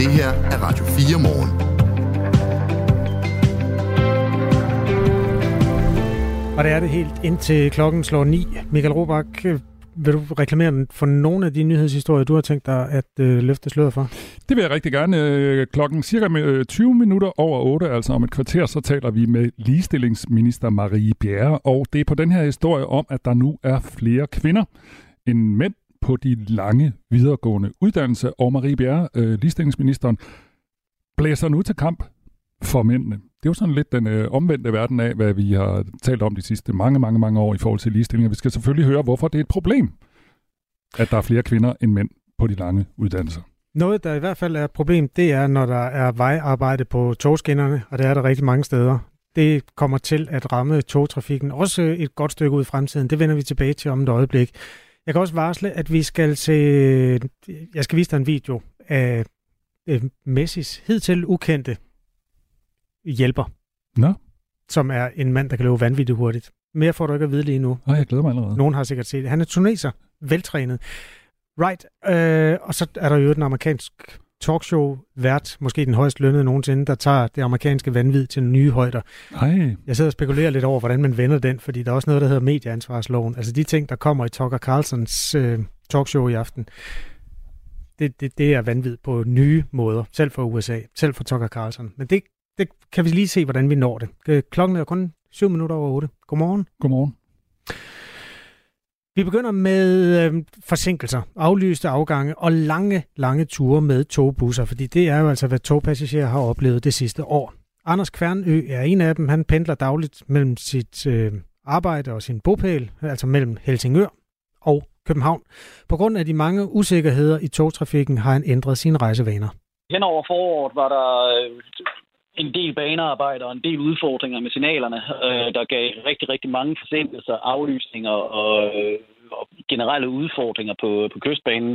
Det her er Radio 4 morgen. Og det er det helt indtil klokken slår 9. Michael Robach, vil du reklamere for nogle af de nyhedshistorier, du har tænkt dig at løfte sløret for? Det vil jeg rigtig gerne. Klokken cirka 20 minutter over 8, altså om et kvarter, så taler vi med ligestillingsminister Marie Bjerre. Og det er på den her historie om, at der nu er flere kvinder end mænd på de lange videregående uddannelser. Og Marie Bjerre, ligestillingsministeren, blæser nu til kamp for mændene. Det er jo sådan lidt den omvendte verden af, hvad vi har talt om de sidste mange år i forhold til ligestilling. Vi skal selvfølgelig høre, hvorfor det er et problem, at der er flere kvinder end mænd på de lange uddannelser. Noget, der i hvert fald er et problem, det er, når der er vejarbejde på togskinnerne, og det er der rigtig mange steder. Det kommer til at ramme togtrafikken også et godt stykke ud i fremtiden. Det vender vi tilbage til om et øjeblik. Jeg kan også varsle, at vi skal se... Jeg skal vise dig en video af Messis hidtil ukendte hjælper. Nå. Som er en mand, der kan løbe vanvittigt hurtigt. Mere får du ikke at vide lige nu. Jeg glæder mig allerede. Nogen har sikkert set det. Han er tuneser, veltrænet. Right. Og så er der jo en amerikansk talkshow-vært, måske den højst lønnede nogensinde, der tager det amerikanske vanvid til nye højder. Ej. Jeg sidder og spekulerer lidt over, hvordan man vender den, fordi der er også noget, der hedder medieansvarsloven. Altså de ting, der kommer i Tucker Carlsons talkshow i aften, det er vanvid på nye måder, selv for USA, selv for Tucker Carlson. Men det kan vi lige se, hvordan vi når det. Klokken er kun 7 minutter over 8. Godmorgen. Godmorgen. Vi begynder med forsinkelser, aflyste afgange og lange ture med togbusser, fordi det er jo altså, hvad togpassagerer har oplevet det sidste år. Anders Kværnø er en af dem. Han pendler dagligt mellem sit arbejde og sin bopæl, altså mellem Helsingør og København. På grund af de mange usikkerheder i togtrafikken har han ændret sine rejsevaner. Hen over foråret var der en del banearbejder og en del udfordringer med signalerne, der gav rigtig mange forsinkelser, aflysninger og generelle udfordringer på kystbanen.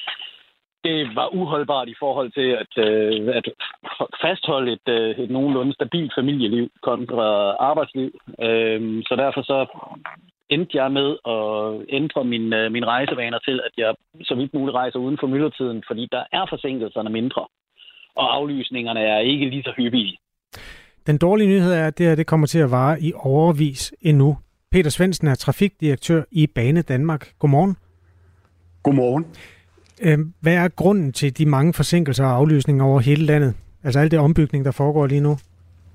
Det var uholdbart i forhold til at fastholde et nogenlunde stabilt familieliv kontra arbejdsliv. Så derfor så endte jeg med at ændre mine rejsevaner til, at jeg så vidt muligt rejser uden for myldretiden, fordi der er forsinkelserne mindre. Og aflysningerne er ikke lige så hyppige. Den dårlige nyhed er, at det kommer til at vare i overvis endnu. Peter Svendsen er trafikdirektør i Bane Danmark. Godmorgen. Godmorgen. Hvad er grunden til de mange forsinkelser og aflysninger over hele landet? Altså alt det ombygning, der foregår lige nu?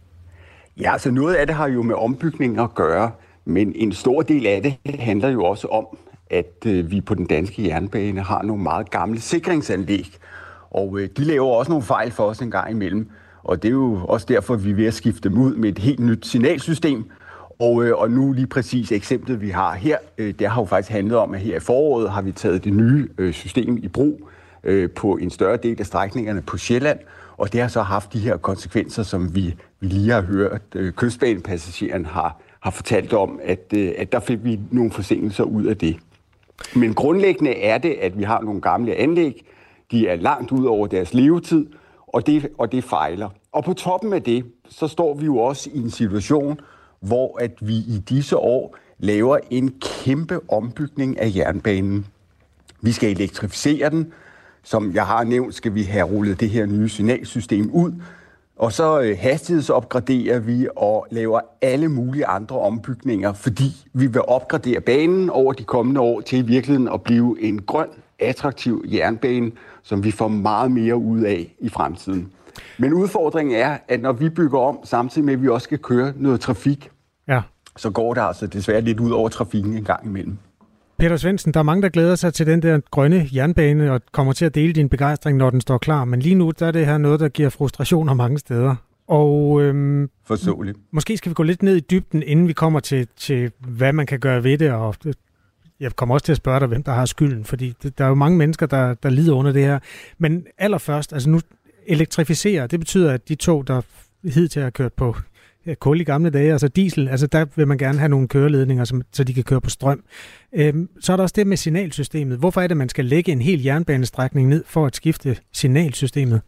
Ja, altså noget af det har jo med ombygning at gøre, men en stor del af det handler jo også om, at vi på den danske jernbane har nogle meget gamle sikringsanlæg. Og de laver også nogle fejl for os en gang imellem. Og det er jo også derfor, vi er ved at skifte dem ud med et helt nyt signalsystem. Og nu lige præcis eksemplet, vi har her, det har jo faktisk handlet om, at her i foråret har vi taget det nye system i brug på en større del af strækningerne på Sjælland. Og det har så haft de her konsekvenser, som vi lige har hørt. Kystbanepassageren har fortalt om, at der fik vi nogle forsinkelser ud af det. Men grundlæggende er det, at vi har nogle gamle anlæg. De er langt ud over deres levetid, og det fejler. Og på toppen af det, så står vi jo også i en situation, hvor at vi i disse år laver en kæmpe ombygning af jernbanen. Vi skal elektrificere den. Som jeg har nævnt, skal vi have rullet det her nye signalsystem ud. Og så hastighedsopgraderer vi og laver alle mulige andre ombygninger, fordi vi vil opgradere banen over de kommende år til i virkeligheden at blive en grøn, attraktiv jernbane, som vi får meget mere ud af i fremtiden. Men udfordringen er, at når vi bygger om, samtidig med at vi også skal køre noget trafik, så går det altså desværre lidt ud over trafikken en gang imellem. Peter Svendsen, der er mange, der glæder sig til den der grønne jernbane og kommer til at dele din begejstring, når den står klar. Men lige nu der er det her noget, der giver frustrationer mange steder. Og forståeligt. Måske skal vi gå lidt ned i dybden, inden vi kommer til hvad man kan gøre ved det. Og jeg kommer også til at spørge dig, hvem der har skylden, fordi der er jo mange mennesker, der lider under det her. Men allerførst, altså nu elektrificere, det betyder, at de tog, der hidtil har kørt på kul i gamle dage, altså diesel, altså der vil man gerne have nogle køreledninger, så de kan køre på strøm. Så er der også det med signalsystemet. Hvorfor er det, man skal lægge en hel jernbanestrækning ned for at skifte signalsystemet?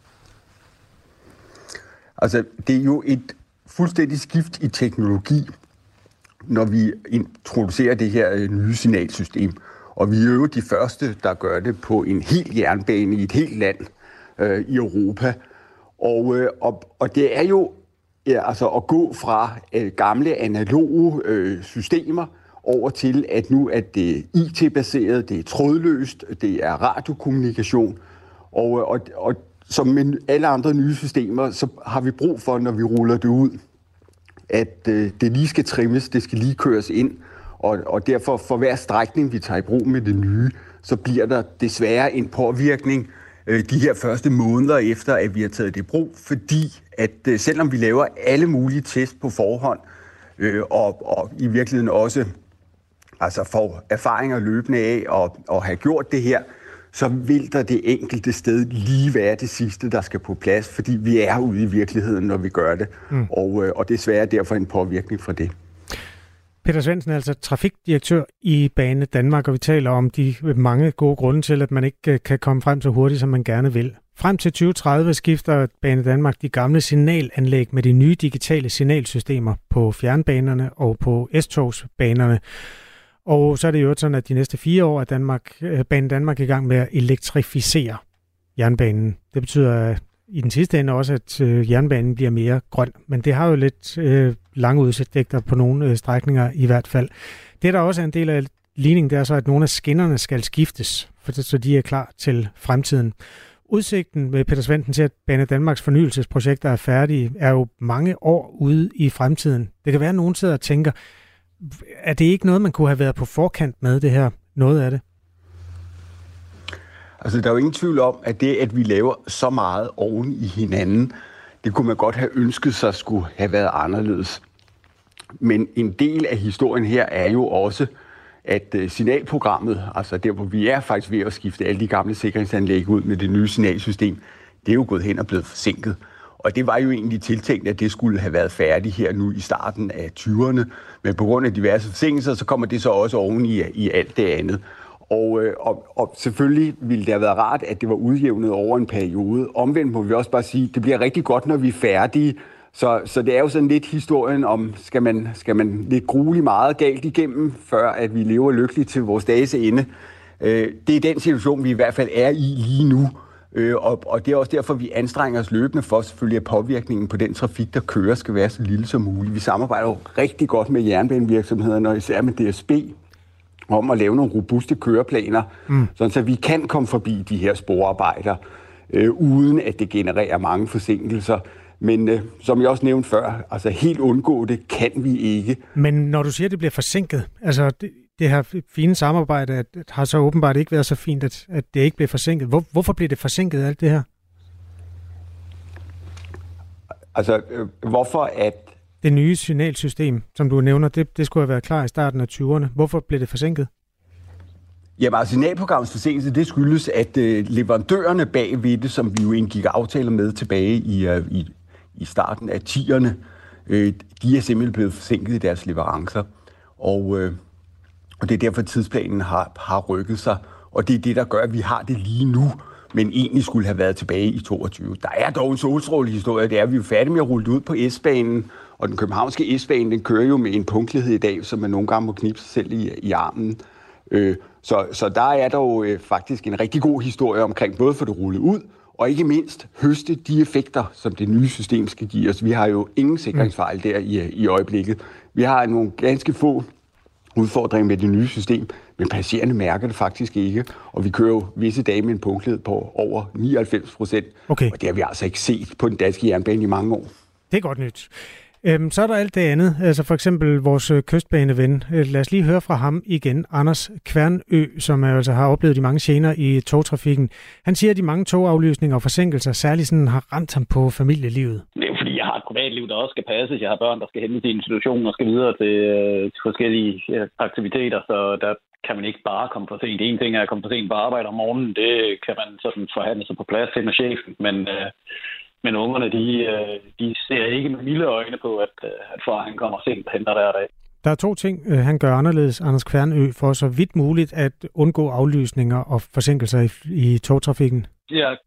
Altså, det er jo et fuldstændig skift i teknologi, når vi introducerer det her nye signalsystem. Og vi er jo de første, der gør det på en hel jernbane i et helt land. i Europa. Og det er jo altså at gå fra gamle analoge systemer over til, at nu er det IT-baseret, det er trådløst, det er radiokommunikation. Og som med alle andre nye systemer, så har vi brug for, når vi ruller det ud, at det lige skal trimmes, det skal lige køres ind. Og derfor for hver strækning, vi tager i brug med det nye, så bliver der desværre en påvirkning de her første måneder efter, at vi har taget det i brug, fordi at selvom vi laver alle mulige test på forhånd, og i virkeligheden også altså får erfaringer løbende af at have gjort det her, så vil der det enkelte sted lige være det sidste, der skal på plads, fordi vi er ude i virkeligheden, når vi gør det. Og desværre derfor en påvirkning fra det. Peter Svendsen er altså trafikdirektør i Banedanmark, og vi taler om de mange gode grunde til, at man ikke kan komme frem så hurtigt, som man gerne vil. Frem til 2030 skifter Banedanmark de gamle signalanlæg med de nye digitale signalsystemer på fjernbanerne og på S-togsbanerne. Og så er det jo sådan, at de næste 4 år er Banedanmark i gang med at elektrificere jernbanen. Det betyder i den sidste ende også, at jernbanen bliver mere grøn. Men det har jo lidt lange udsigter på nogle strækninger i hvert fald. Det, der også er en del af ligningen, det er så, at nogle af skinnerne skal skiftes, så de er klar til fremtiden. Udsigten med Peter Svendsen til, at Banedanmarks fornyelsesprojekter er færdige, er jo mange år ude i fremtiden. Det kan være, at nogen sidder og tænker, er det ikke noget, man kunne have været på forkant med det her? Noget af det? Altså, der er jo ingen tvivl om, at det, at vi laver så meget oven i hinanden, det kunne man godt have ønsket sig skulle have været anderledes. Men en del af historien her er jo også, at signalprogrammet, altså der, hvor vi er faktisk ved at skifte alle de gamle sikringsanlæg ud med det nye signalsystem, det er jo gået hen og blevet forsinket. Og det var jo egentlig tiltænkt, at det skulle have været færdigt her nu i starten af 20'erne. Men på grund af diverse forsinkelser, så kommer det så også oven i alt det andet. Og selvfølgelig ville det have været rart, at det var udjævnet over en periode. Omvendt må vi også bare sige, at det bliver rigtig godt, når vi er færdige. Så det er jo sådan lidt historien om, skal man lidt grueligt meget galt igennem, før at vi lever lykkeligt til vores dages ende. Det er den situation, vi i hvert fald er i lige nu. Og det er også derfor, vi anstrenger os løbende for selvfølgelig, at påvirkningen på den trafik, der kører, skal være så lille som muligt. Vi samarbejder jo rigtig godt med jernbanevirksomhederne, og især med DSB, om at lave nogle robuste køreplaner, sådan så vi kan komme forbi de her sporarbejder, uden at det genererer mange forsinkelser. Men som jeg også nævnte før, altså helt undgå det kan vi ikke. Men når du siger, at det bliver forsinket, altså det her fine samarbejde har så åbenbart ikke været så fint, at det ikke bliver forsinket. Hvorfor bliver det forsinket, alt det her? Altså, hvorfor at... Det nye signalsystem, som du nævner, det skulle have været klar i starten af 20'erne. Hvorfor blev det forsinket? Jamen, altså, signalprogrammets forsinkelse, det skyldes, at leverandørerne bagved det, som vi jo indgik aftaler med tilbage i starten af 10'erne, de er simpelthen blevet forsinket i deres leverancer. Og det er derfor, at tidsplanen har rykket sig. Og det er det, der gør, at vi har det lige nu, men egentlig skulle have været tilbage i 22. Der er dog en solstrålehistorie, det er, at vi er færdige med at rulle det ud på S-banen, og den københavnske S-bane, den kører jo med en punktlighed i dag, som man nogle gange må knibe sig selv i armen. Så der er dog faktisk en rigtig god historie omkring både for det rullet ud, og ikke mindst høste de effekter, som det nye system skal give os. Vi har jo ingen sikringsfejl der i øjeblikket. Vi har nogle ganske få udfordringer med det nye system, men passagererne mærker det faktisk ikke, og vi kører jo visse dage med en punktlighed på over 99%, okay. Og det har vi altså ikke set på den danske jernbane i mange år. Det er godt nyt. Så er der alt det andet, altså for eksempel vores kystbaneven. Lad os lige høre fra ham igen, Anders Kværnø, som altså har oplevet de mange gener i togtrafikken. Han siger, at de mange togaflysninger og forsinkelser særligt sådan har ramt ham på familielivet. Det er jo fordi, jeg har et privatliv, der også skal passes. Jeg har børn, der skal hentes i institutionen og skal videre til forskellige aktiviteter, så der kan man ikke bare komme for sent. En ting er at komme for sent på arbejde om morgenen, det kan man sådan forhandle sig på plads til med chefen, men ungerne, de ser ikke med milde øjne på, at faren kommer sent og henter hver dag. Der er 2 ting, han gør anderledes, Anders Kværnø, for så vidt muligt at undgå aflysninger og forsinkelser i togtrafikken. Jeg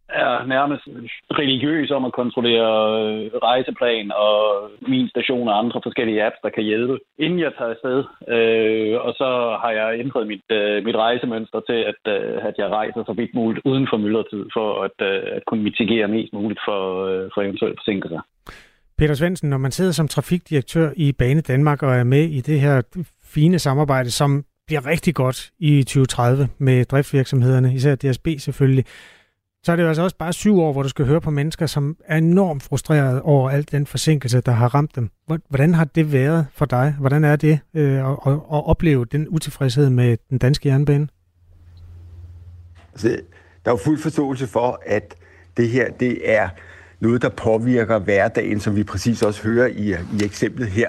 er nærmest religiøs om at kontrollere rejseplan og min station og andre forskellige apps, der kan hjælpe, inden jeg tager afsted. Og så har jeg ændret mit rejsemønster til, at jeg rejser så vidt muligt uden for myldretid, for at kunne mitigere mest muligt for eventuelle forsinkelser. Peter Svendsen, når man sidder som trafikdirektør i Bane Danmark og er med i det her fine samarbejde, som bliver rigtig godt i 2030 med driftsvirksomhederne, især DSB selvfølgelig, så er det jo altså også bare 7 år, hvor du skal høre på mennesker, som er enormt frustreret over al den forsinkelse, der har ramt dem. Hvordan har det været for dig? Hvordan er det at opleve den utilfredshed med den danske jernbane? Altså, der er jo fuld forståelse for, at det her det er noget, der påvirker hverdagen, som vi præcis også hører i eksemplet her,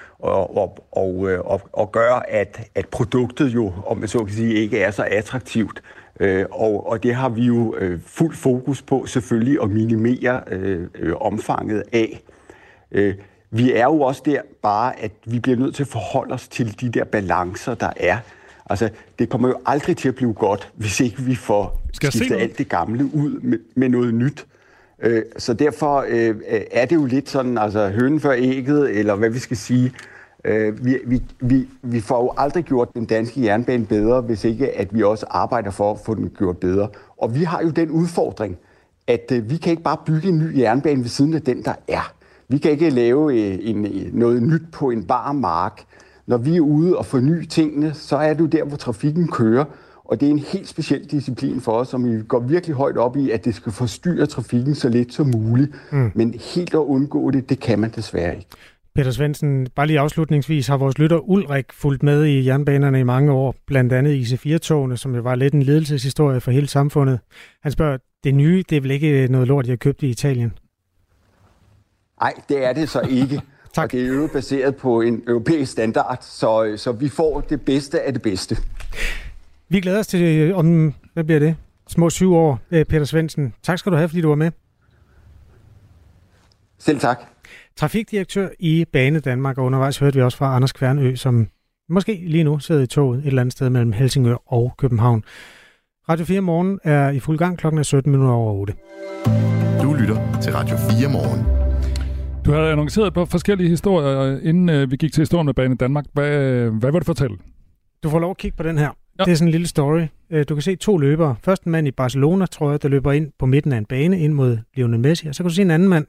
og gør, at produktet jo, om man så kan sige, ikke er så attraktivt. Og det har vi jo fuld fokus på selvfølgelig at minimere omfanget af. Vi er jo også der bare, at vi bliver nødt til at forholde os til de der balancer, der er. Altså, det kommer jo aldrig til at blive godt, hvis ikke vi får skiftet alt det gamle ud med noget nyt. Så derfor er det jo lidt sådan, altså hønen før ægget, eller hvad vi skal sige. Vi får jo aldrig gjort den danske jernbane bedre, hvis ikke at vi også arbejder for at få den gjort bedre. Og vi har jo den udfordring, at vi kan ikke bare bygge en ny jernbane ved siden af den, der er. Vi kan ikke lave noget nyt på en bar mark. Når vi er ude og forny tingene, så er det jo der, hvor trafikken kører. Og det er en helt speciel disciplin for os, som vi går virkelig højt op i, at det skal forstyrre trafikken så lidt som muligt. Men helt at undgå det kan man desværre ikke. Peter Svendsen, bare lige afslutningsvis, har vores lytter Ulrik fulgt med i jernbanerne i mange år, blandt andet IC4-togene, som jo var lidt en ledelseshistorie for hele samfundet. Han spørger, det nye, det er vel ikke noget lort, jeg har købt i Italien? Nej, det er det så ikke. Tak. Og det er jo baseret på en europæisk standard, så vi får det bedste af det bedste. Vi glæder os til, om, hvad bliver det? Små 7 år, Peter Svendsen. Tak skal du have, fordi du var med. Selv tak. Trafikdirektør i Bane Danmark, og undervejs hørte vi også fra Anders Kværnø, som måske lige nu sidder i toget et eller andet sted mellem Helsingør og København. Radio 4 Morgen er i fuld gang, klokken er 17:17. Du lytter til Radio 4 Morgen. Du havde annonceret på forskellige historier, inden vi gik til historien med Bane Danmark. Hvad vil du fortælle? Du får lov at kigge på den her. Ja. Det er sådan en lille story. Du kan se 2 løbere. Først en mand i Barcelona, tror jeg, der løber ind på midten af en bane ind mod Lionel Messi. Og så kan du se en anden mand,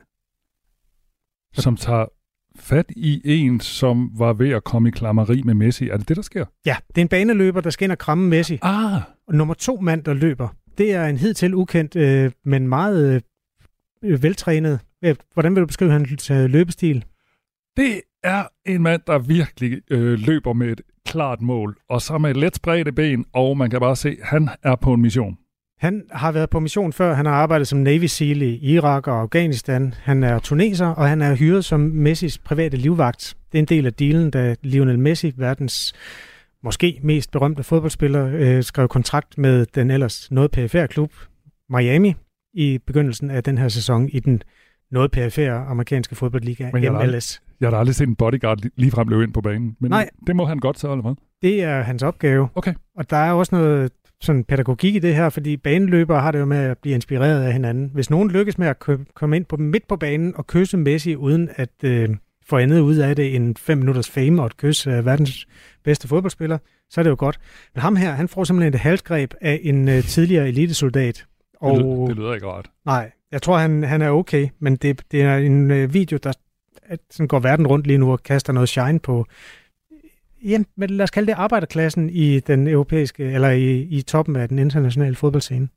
som tager fat i en, som var ved at komme i klammeri med Messi. Er det det, der sker? Ja, det er en baneløber, der skal ind og kramme Messi. Og nummer 2 mand, der løber, det er en hidtil ukendt, men meget veltrænet. Hvordan vil du beskrive hans løbestil? Det er en mand, der virkelig løber med et klart mål, og så med et let spredte ben, og man kan bare se, at han er på en mission. Han har været på mission før. Han har arbejdet som Navy SEAL i Irak og Afghanistan. Han er tuneser, og han er hyret som Messis private livvagt. Det er en del af dealen, da Lionel Messi, verdens måske mest berømte fodboldspiller, skrev kontrakt med den ellers noget perifære klub Miami i begyndelsen af den her sæson i den noget perifære amerikanske fodboldliga MLS. Jeg har aldrig set en bodyguard ligefrem løbe ind på banen, men nej, det må han godt så, eller hvad? Det er hans opgave. Okay. Og der er også noget sådan pædagogik i det her, fordi baneløbere har det jo med at blive inspireret af hinanden. Hvis nogen lykkes med at komme ind midt på banen og kysse Messi, uden at få andet ud af det end 5 minutters fame og et kys af verdens bedste fodboldspiller, så er det jo godt. Men ham her, han får simpelthen et halsgreb af en tidligere elitesoldat. Og det lyder ikke rart. Nej, jeg tror, han er okay, men det er en video, der sådan går verden rundt lige nu og kaster noget shine på, ja, men lad os kalde det arbejderklassen i den europæiske, eller i toppen af den internationale fodboldscene.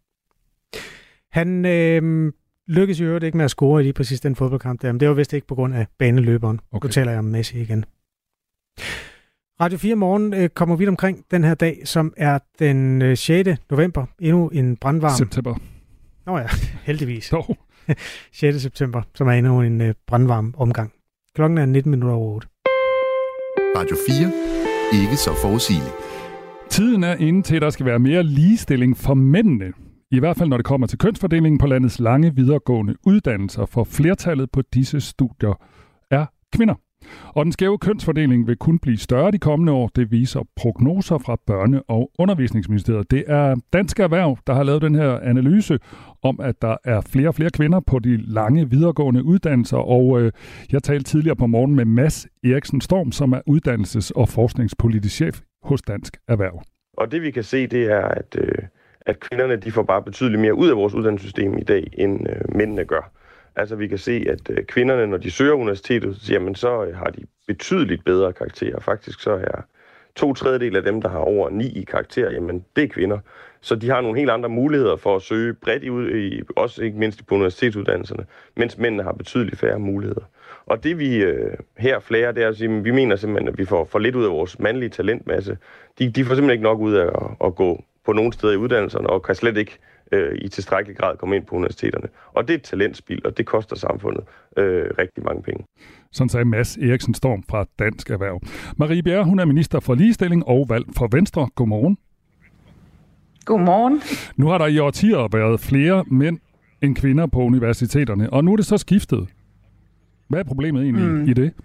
Han lykkes jo ikke med at score i lige præcis den fodboldkamp der, men det var vist ikke på grund af baneløberen. Okay. Nu taler jeg om Messi igen. Radio 4 Morgen kommer vidt omkring den her dag, som er den 6. november. Endnu en brandvarm... September. Nå ja, heldigvis. 6. september, som er endnu en brandvarm omgang. Klokken er 19:08. Radio 4. Ikke så forudsigeligt. Tiden er inde til, at der skal være mere ligestilling for mændene. I hvert fald, når det kommer til kønsfordelingen på landets lange videregående uddannelser, for flertallet på disse studier er kvinder. Og den skæve kønsfordeling vil kun blive større de kommende år. Det viser prognoser fra Børne- og Undervisningsministeriet. Det er Dansk Erhverv, der har lavet den her analyse om, at der er flere og flere kvinder på de lange videregående uddannelser. Og jeg talte tidligere på morgen med Mads Eriksen Storm, som er uddannelses- og forskningspolitisk chef hos Dansk Erhverv. Og det vi kan se, det er, at kvinderne de får bare betydeligt mere ud af vores uddannelsessystem i dag, end mændene gør. Altså vi kan se, at kvinderne, når de søger universitetet, jamen, så har de betydeligt bedre karakterer. Faktisk så er 2/3 af dem, der har over 9 i karakter, jamen det er kvinder. Så de har nogle helt andre muligheder for at søge bredt i også ikke mindst på universitetsuddannelserne, mens mændene har betydeligt færre muligheder. Og det vi her flager, det er at sige, at vi mener simpelthen, at vi får for lidt ud af vores mandlige talentmasse. De får simpelthen ikke nok ud af at gå på nogle steder i uddannelserne, og kan slet ikke i tilstrækkelig grad komme ind på universiteterne. Og det er et talentspil, og det koster samfundet rigtig mange penge. Sådan sagde Mads Eriksen Storm fra Dansk Erhverv. Marie Bjerre, hun er minister for ligestilling og valg for Venstre. Godmorgen. Godmorgen. Nu har der i årtier været flere mænd end kvinder på universiteterne, og nu er det så skiftet. Hvad er problemet egentlig i det?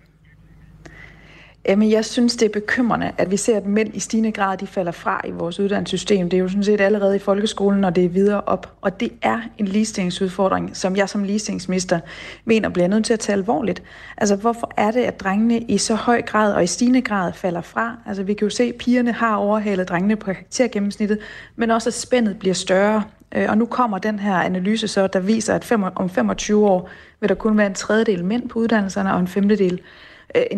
Jamen, jeg synes, det er bekymrende, at vi ser, at mænd i stigende grad de falder fra i vores uddannelsessystem. Det er jo sådan set allerede i folkeskolen, når det er videre op. Og det er en ligestillingsudfordring, som jeg som ligestillingsminister mener bliver nødt til at tage alvorligt. Altså, hvorfor er det, at drengene i så høj grad og i stigende grad falder fra? Altså, vi kan jo se, at pigerne har overhalet drengene på karaktergennemsnittet, men også at spændet bliver større. Og nu kommer den her analyse så, der viser, at om 25 år vil der kun være 1/3 mænd på uddannelserne, og en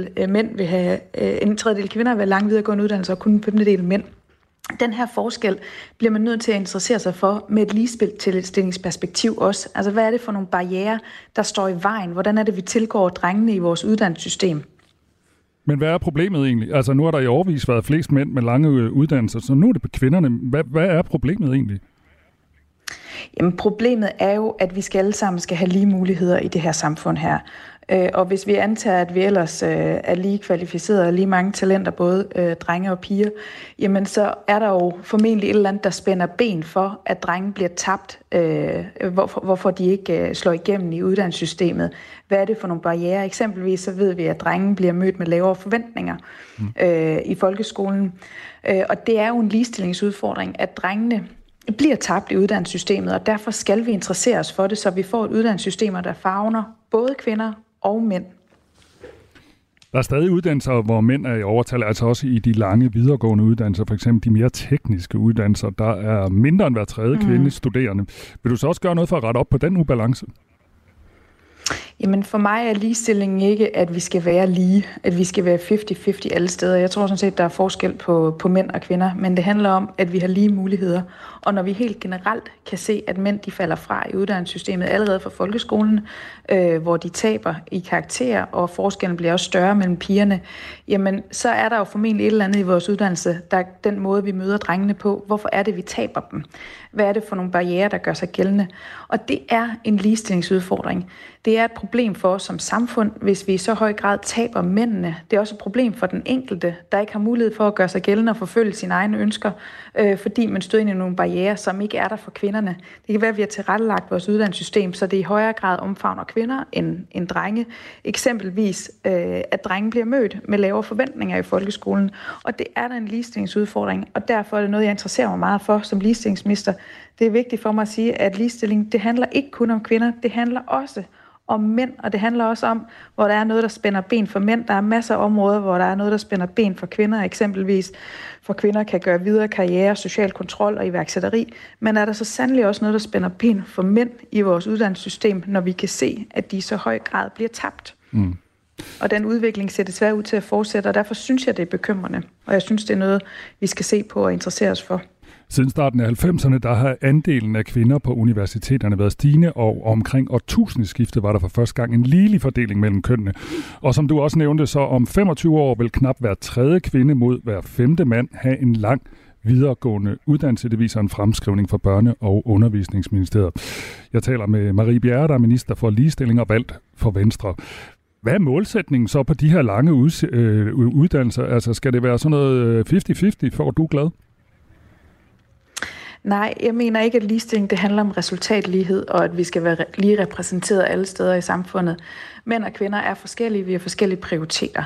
tredjedel kvinder vil have lang videregående uddannelse, og kun en 1/5 mænd. Den her forskel bliver man nødt til at interessere sig for med et ligestillingsperspektiv også. Altså, hvad er det for nogle barrierer, der står i vejen? Hvordan er det, vi tilgår drengene i vores uddannelsessystem? Men hvad er problemet egentlig? Altså, nu har der i årevis været flest mænd med lange uddannelser, så nu er det på kvinderne. Hvad er problemet egentlig? Jamen, problemet er jo, at vi alle sammen skal have lige muligheder i det her samfund her. Og hvis vi antager, at vi ellers er lige kvalificerede og lige mange talenter, både drenge og piger, jamen så er der jo formentlig et eller andet, der spænder ben for, at drenge bliver tabt, hvorfor de ikke slår igennem i uddannelsessystemet. Hvad er det for nogle barrierer? Eksempelvis så ved vi, at drenge bliver mødt med lavere forventninger i folkeskolen. Og det er jo en ligestillingsudfordring, at drengene bliver tabt i uddannelsessystemet, og derfor skal vi interessere os for det, så vi får et uddannelsessystem, der favner både kvinder og mænd. Der er stadig uddannelser, hvor mænd er i overtal, altså også i de lange videregående uddannelser, for eksempel de mere tekniske uddannelser. Der er mindre end hver tredje kvinde studerende. Vil du så også gøre noget for at rette op på den ubalance? Jamen for mig er ligestilling ikke, at vi skal være lige, at vi skal være 50-50 alle steder. Jeg tror sådan set, der er forskel på mænd og kvinder, men det handler om, at vi har lige muligheder. Og når vi helt generelt kan se, at mænd de falder fra i uddannelsessystemet allerede fra folkeskolen, hvor de taber i karakterer, og forskellen bliver også større mellem pigerne, jamen så er der jo formentlig et eller andet i vores uddannelse, der er den måde, vi møder drengene på. Hvorfor er det, vi taber dem? Hvad er det for nogle barrierer, der gør sig gældende? Og det er en ligestillingsudfordring. Det er et problem for os som samfund, hvis vi i så høj grad taber mændene. Det er også et problem for den enkelte, der ikke har mulighed for at gøre sig gældende og forfølge sine egne ønsker, fordi man støder ind i nogle barrierer, som ikke er der for kvinderne. Det kan være, at vi har tilrettelagt vores uddannelsessystem, så det i højere grad omfavner kvinder end drenge. Eksempelvis, at drenge bliver mødt med lavere forventninger i folkeskolen. Og det er da en ligestillingsudfordring, og derfor er det noget, jeg interesserer mig meget for som ligestillingsminister. Det er vigtigt for mig at sige, at ligestilling, det handler ikke kun om kvinder, det handler også om mænd, og det handler også om, hvor der er noget, der spænder ben for mænd. Der er masser af områder, hvor der er noget, der spænder ben for kvinder, eksempelvis for kvinder kan gøre videre karriere, social kontrol og iværksætteri, men er der så sandelig også noget, der spænder ben for mænd i vores uddannelsessystem, når vi kan se, at de i så høj grad bliver tabt. Og den udvikling ser desværre ud til at fortsætte, og derfor synes jeg, det er bekymrende, og jeg synes, det er noget, vi skal se på og interessere os for. Siden starten af 90'erne, der har andelen af kvinder på universiteterne været stigende, og omkring årtusindeskiftet var der for første gang en ligelig fordeling mellem kønnene. Og som du også nævnte, så om 25 år vil knap hver tredje kvinde mod hver femte mand have en lang videregående uddannelse. Det viser en fremskrivning fra Børne- og Undervisningsministeriet. Jeg taler med Marie Bjerre, der er minister for ligestilling og valgt for Venstre. Hvad er målsætningen så på de her lange uddannelser? Altså skal det være sådan noget 50-50, for at du er glad? Nej, jeg mener ikke, at ligestilling det handler om resultatlighed, og at vi skal være lige repræsenteret alle steder i samfundet. Mænd og kvinder er forskellige, vi har forskellige prioriteter.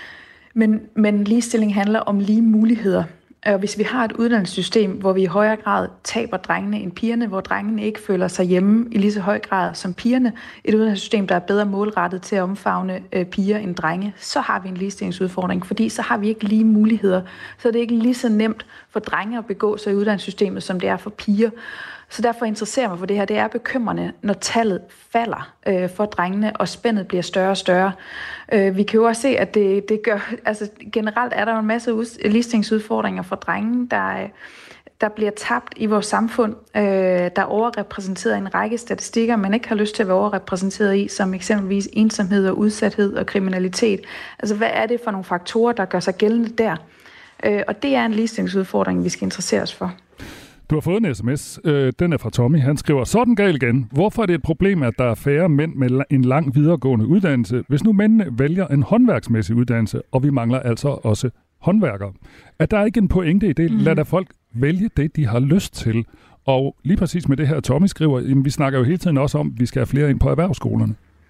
Men ligestilling handler om lige muligheder. Og hvis vi har et uddannelsessystem, hvor vi i højere grad taber drengene end pigerne, hvor drengene ikke føler sig hjemme i lige så høj grad som pigerne, et uddannelsessystem, der er bedre målrettet til at omfavne piger end drenge, så har vi en ligestillingsudfordring, fordi så har vi ikke lige muligheder. Så er det ikke lige så nemt for drenge at begå sig i uddannelsessystemet, som det er for piger. Så derfor interesserer mig for det her. Det er bekymrende, når tallet falder for drengene, og spændet bliver større og større. Vi kan jo også se, at det gør... Altså generelt er der jo en masse ligestillingsudfordringer for drenge, der bliver tabt i vores samfund. Der er overrepræsenteret en række statistikker, man ikke har lyst til at være overrepræsenteret i, som eksempelvis ensomhed og udsathed og kriminalitet. Altså hvad er det for nogle faktorer, der gør sig gældende der? Og det er en ligestillingsudfordring, vi skal interessere os for. Du har fået en sms. Den er fra Tommy. Han skriver, sådan galt igen. Hvorfor er det et problem, at der er færre mænd med en lang videregående uddannelse, hvis nu mændene vælger en håndværksmæssig uddannelse, og vi mangler altså også håndværkere? Er der ikke en pointe i det? Lad da folk vælge det, de har lyst til. Og lige præcis med det her, Tommy skriver, jamen, vi snakker jo hele tiden også om, at vi skal have flere ind på erhvervsskolerne.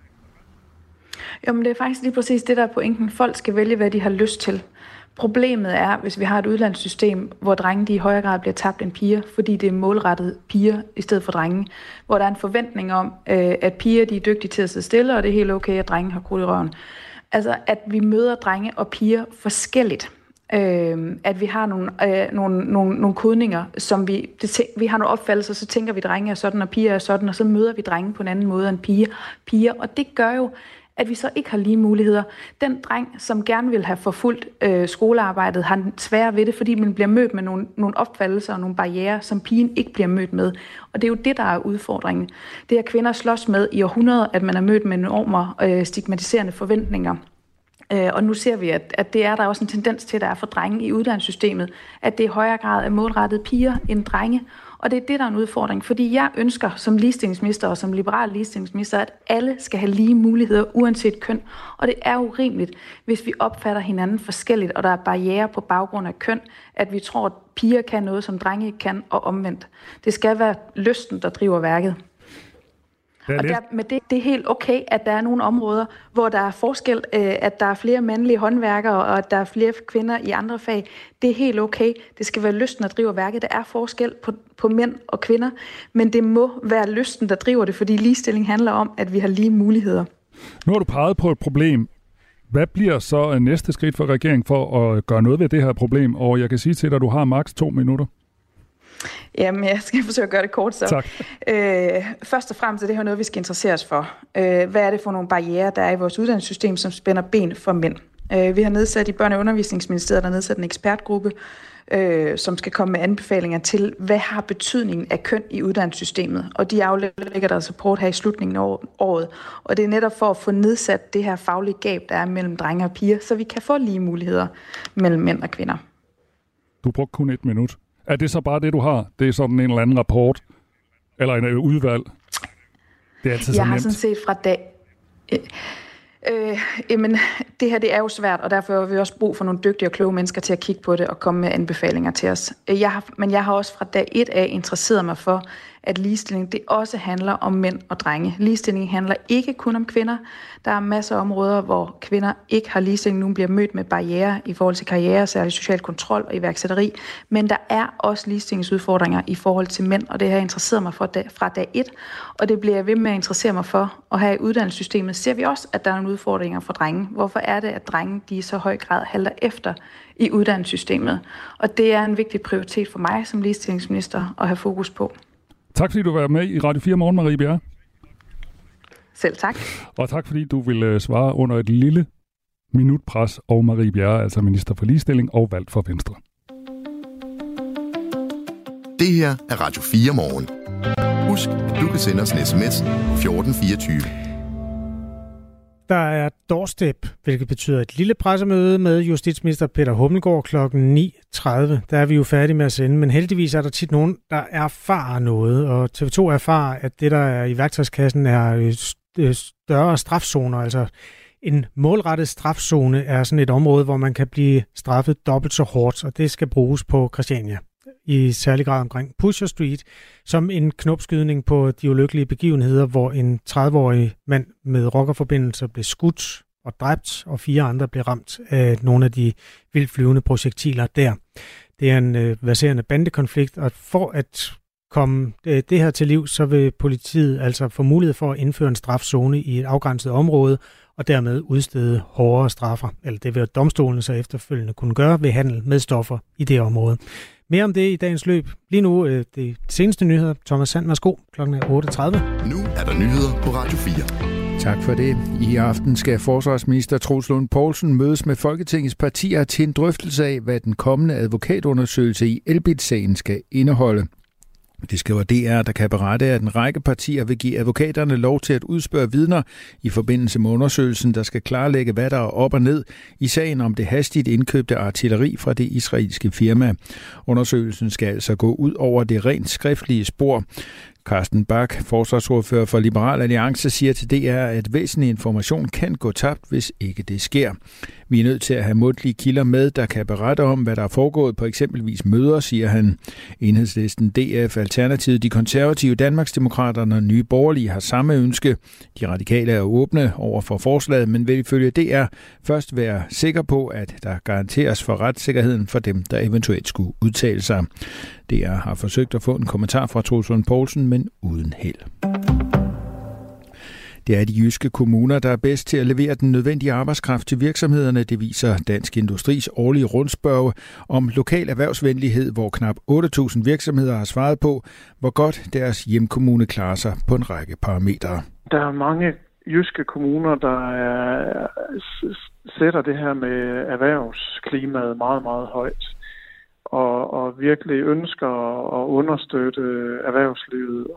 Jamen det er faktisk lige præcis det, der er pointen. Folk skal vælge, hvad de har lyst til. Problemet er, hvis vi har et uddannelsessystem, hvor drenge i højere grad bliver tabt end piger, fordi det er målrettet piger i stedet for drenge, hvor der er en forventning om, at piger de er dygtige til at sidde stille, og det er helt okay, at drenge har krudt i røven. Altså, at vi møder drenge og piger forskelligt. At vi har nogle kodninger, som vi har nogle opfattelser, så tænker vi, at drenge er sådan, og piger er sådan, og så møder vi drenge på en anden måde end piger. Og det gør jo, at vi så ikke har lige muligheder. Den dreng, som gerne vil have forfulgt skolearbejdet, har sværere ved det, fordi man bliver mødt med nogle opfattelser og nogle barrierer, som pigen ikke bliver mødt med. Og det er jo det, der er udfordringen. Det er kvinder slås med i århundreder, at man er mødt med enorme stigmatiserende forventninger. Og nu ser vi, at det er der også en tendens til, der er for drenge i uddannelsessystemet, at det i højere grad er målrettet piger end drenge. Og det er det, der er en udfordring, fordi jeg ønsker som ligestillingsminister og som liberal ligestillingsminister, at alle skal have lige muligheder uanset køn. Og det er urimeligt, hvis vi opfatter hinanden forskelligt, og der er barrierer på baggrund af køn, at vi tror, at piger kan noget, som drenge ikke kan, og omvendt. Det skal være lysten, der driver værket. Og det er helt okay, at der er nogle områder, hvor der er forskel, at der er flere mandlige håndværkere, og at der er flere kvinder i andre fag. Det er helt okay. Det skal være lysten, der driver værket. Der er forskel på mænd og kvinder, men det må være lysten, der driver det, fordi ligestilling handler om, at vi har lige muligheder. Nu har du peget på et problem. Hvad bliver så næste skridt for regeringen for at gøre noget ved det her problem? Og jeg kan sige til dig, at du har maks 2 minutter. Jamen, jeg skal forsøge at gøre det kort så. Tak. Først og fremmest er det her noget, vi skal interessere os for. Hvad er det for nogle barrierer, der er i vores uddannelsessystem, som spænder ben for mænd? Vi har nedsat i Børne- og Undervisningsministeriet, der har nedsat en ekspertgruppe, som skal komme med anbefalinger til, hvad har betydningen af køn i uddannelsessystemet. Og de aflægger deres rapport her i slutningen af året. Og det er netop for at få nedsat det her faglige gab, der er mellem drenge og piger, så vi kan få lige muligheder mellem mænd og kvinder. Du brugte kun 1 minut. Er det så bare det, du har? Det er sådan en eller anden rapport? Eller en udvalg? Det er altid så nemt. Jeg har sådan set fra dag... Jamen, det her det er jo svært, og derfor har vi også brug for nogle dygtige og kloge mennesker til at kigge på det og komme med anbefalinger til os. Men jeg har også fra dag 1 af interesseret mig for, at ligestilling det også handler om mænd og drenge. Ligestilling handler ikke kun om kvinder. Der er masser af områder, hvor kvinder ikke har ligestilling. Nogle bliver mødt med barrierer i forhold til karriere, særligt social kontrol og iværksætteri. Men der er også ligestillingsudfordringer i forhold til mænd, og det har interesseret mig for fra dag 1. Og det bliver jeg ved med at interessere mig for. Og her i uddannelsessystemet ser vi også, at der er nogle udfordringer for drenge. Hvorfor er det, at drenge de i så høj grad halter efter i uddannelsessystemet? Og det er en vigtig prioritet for mig som ligestillingsminister at have fokus på. Tak fordi du var med i Radio 4 Morgen, Marie Bjerre. Selv tak. Og tak fordi du ville svare under et lille minutpres. Og Marie Bjerre, altså minister for ligestilling og valgt for Venstre. Det her er Radio 4 Morgen. Husk, at du kan sende os en sms 1424. Der er doorstep, hvilket betyder et lille pressemøde med justitsminister Peter Hummelgaard kl. 9.30. Der er vi jo færdige med at sende, men heldigvis er der tit nogen, der erfarer noget, og TV2 erfarer, at det, der er i værktøjskassen, er større strafzoner. Altså en målrettet strafzone er sådan et område, hvor man kan blive straffet dobbelt så hårdt, og det skal bruges på Christiania i særlig grad omkring Pusher Street, som en knopskydning på de ulykkelige begivenheder, hvor en 30-årig mand med rockerforbindelser blev skudt og dræbt, og 4 andre blev ramt af nogle af de vildflyvende projektiler der. Det er en verserende bandekonflikt, og for at komme det her til liv, så vil politiet altså få mulighed for at indføre en strafzone i et afgrænset område, og dermed udstede hårdere straffer. Eller det vil domstolen så efterfølgende kunne gøre ved handel med stoffer i det område. Mere om det i dagens løb. Lige nu det seneste nyheder. Thomas Sand, værsgo. Klokken er 8.30. Nu er der nyheder på Radio 4. Tak for det. I aften skal forsvarsminister Troels Lund Poulsen mødes med Folketingets partier til en drøftelse af, hvad den kommende advokatundersøgelse i Elbit-sagen skal indeholde. Det skriver DR, der kan berette, at en række partier vil give advokaterne lov til at udspørge vidner i forbindelse med undersøgelsen, der skal klarlægge, hvad der er op og ned i sagen om det hastigt indkøbte artilleri fra det israelske firma. Undersøgelsen skal altså gå ud over det rent skriftlige spor. Carsten Bach, forsvarsordfører for Liberal Alliance, siger til DR, at væsentlig information kan gå tabt, hvis ikke det sker. Vi er nødt til at have mundtlige kilder med, der kan berette om, hvad der er foregået på eksempelvis møder, siger han. Enhedslisten, DF, Alternativet, De Konservative, Danmarksdemokraterne og Nye Borgerlige har samme ønske. De radikale er åbne over for forslaget, men vil ifølge DR først være sikker på, at der garanteres for retssikkerheden for dem, der eventuelt skulle udtale sig. DR har forsøgt at få en kommentar fra Troels Lund Poulsen, men uden held. Det er de jyske kommuner, der er bedst til at levere den nødvendige arbejdskraft til virksomhederne. Det viser Dansk Industris årlige rundspørge om lokal erhvervsvenlighed, hvor knap 8.000 virksomheder har svaret på, hvor godt deres hjemkommune klarer sig på en række parametre. Der er mange jyske kommuner, der sætter det her med erhvervsklimaet meget, meget højt. Og virkelig ønsker at understøtte erhvervslivet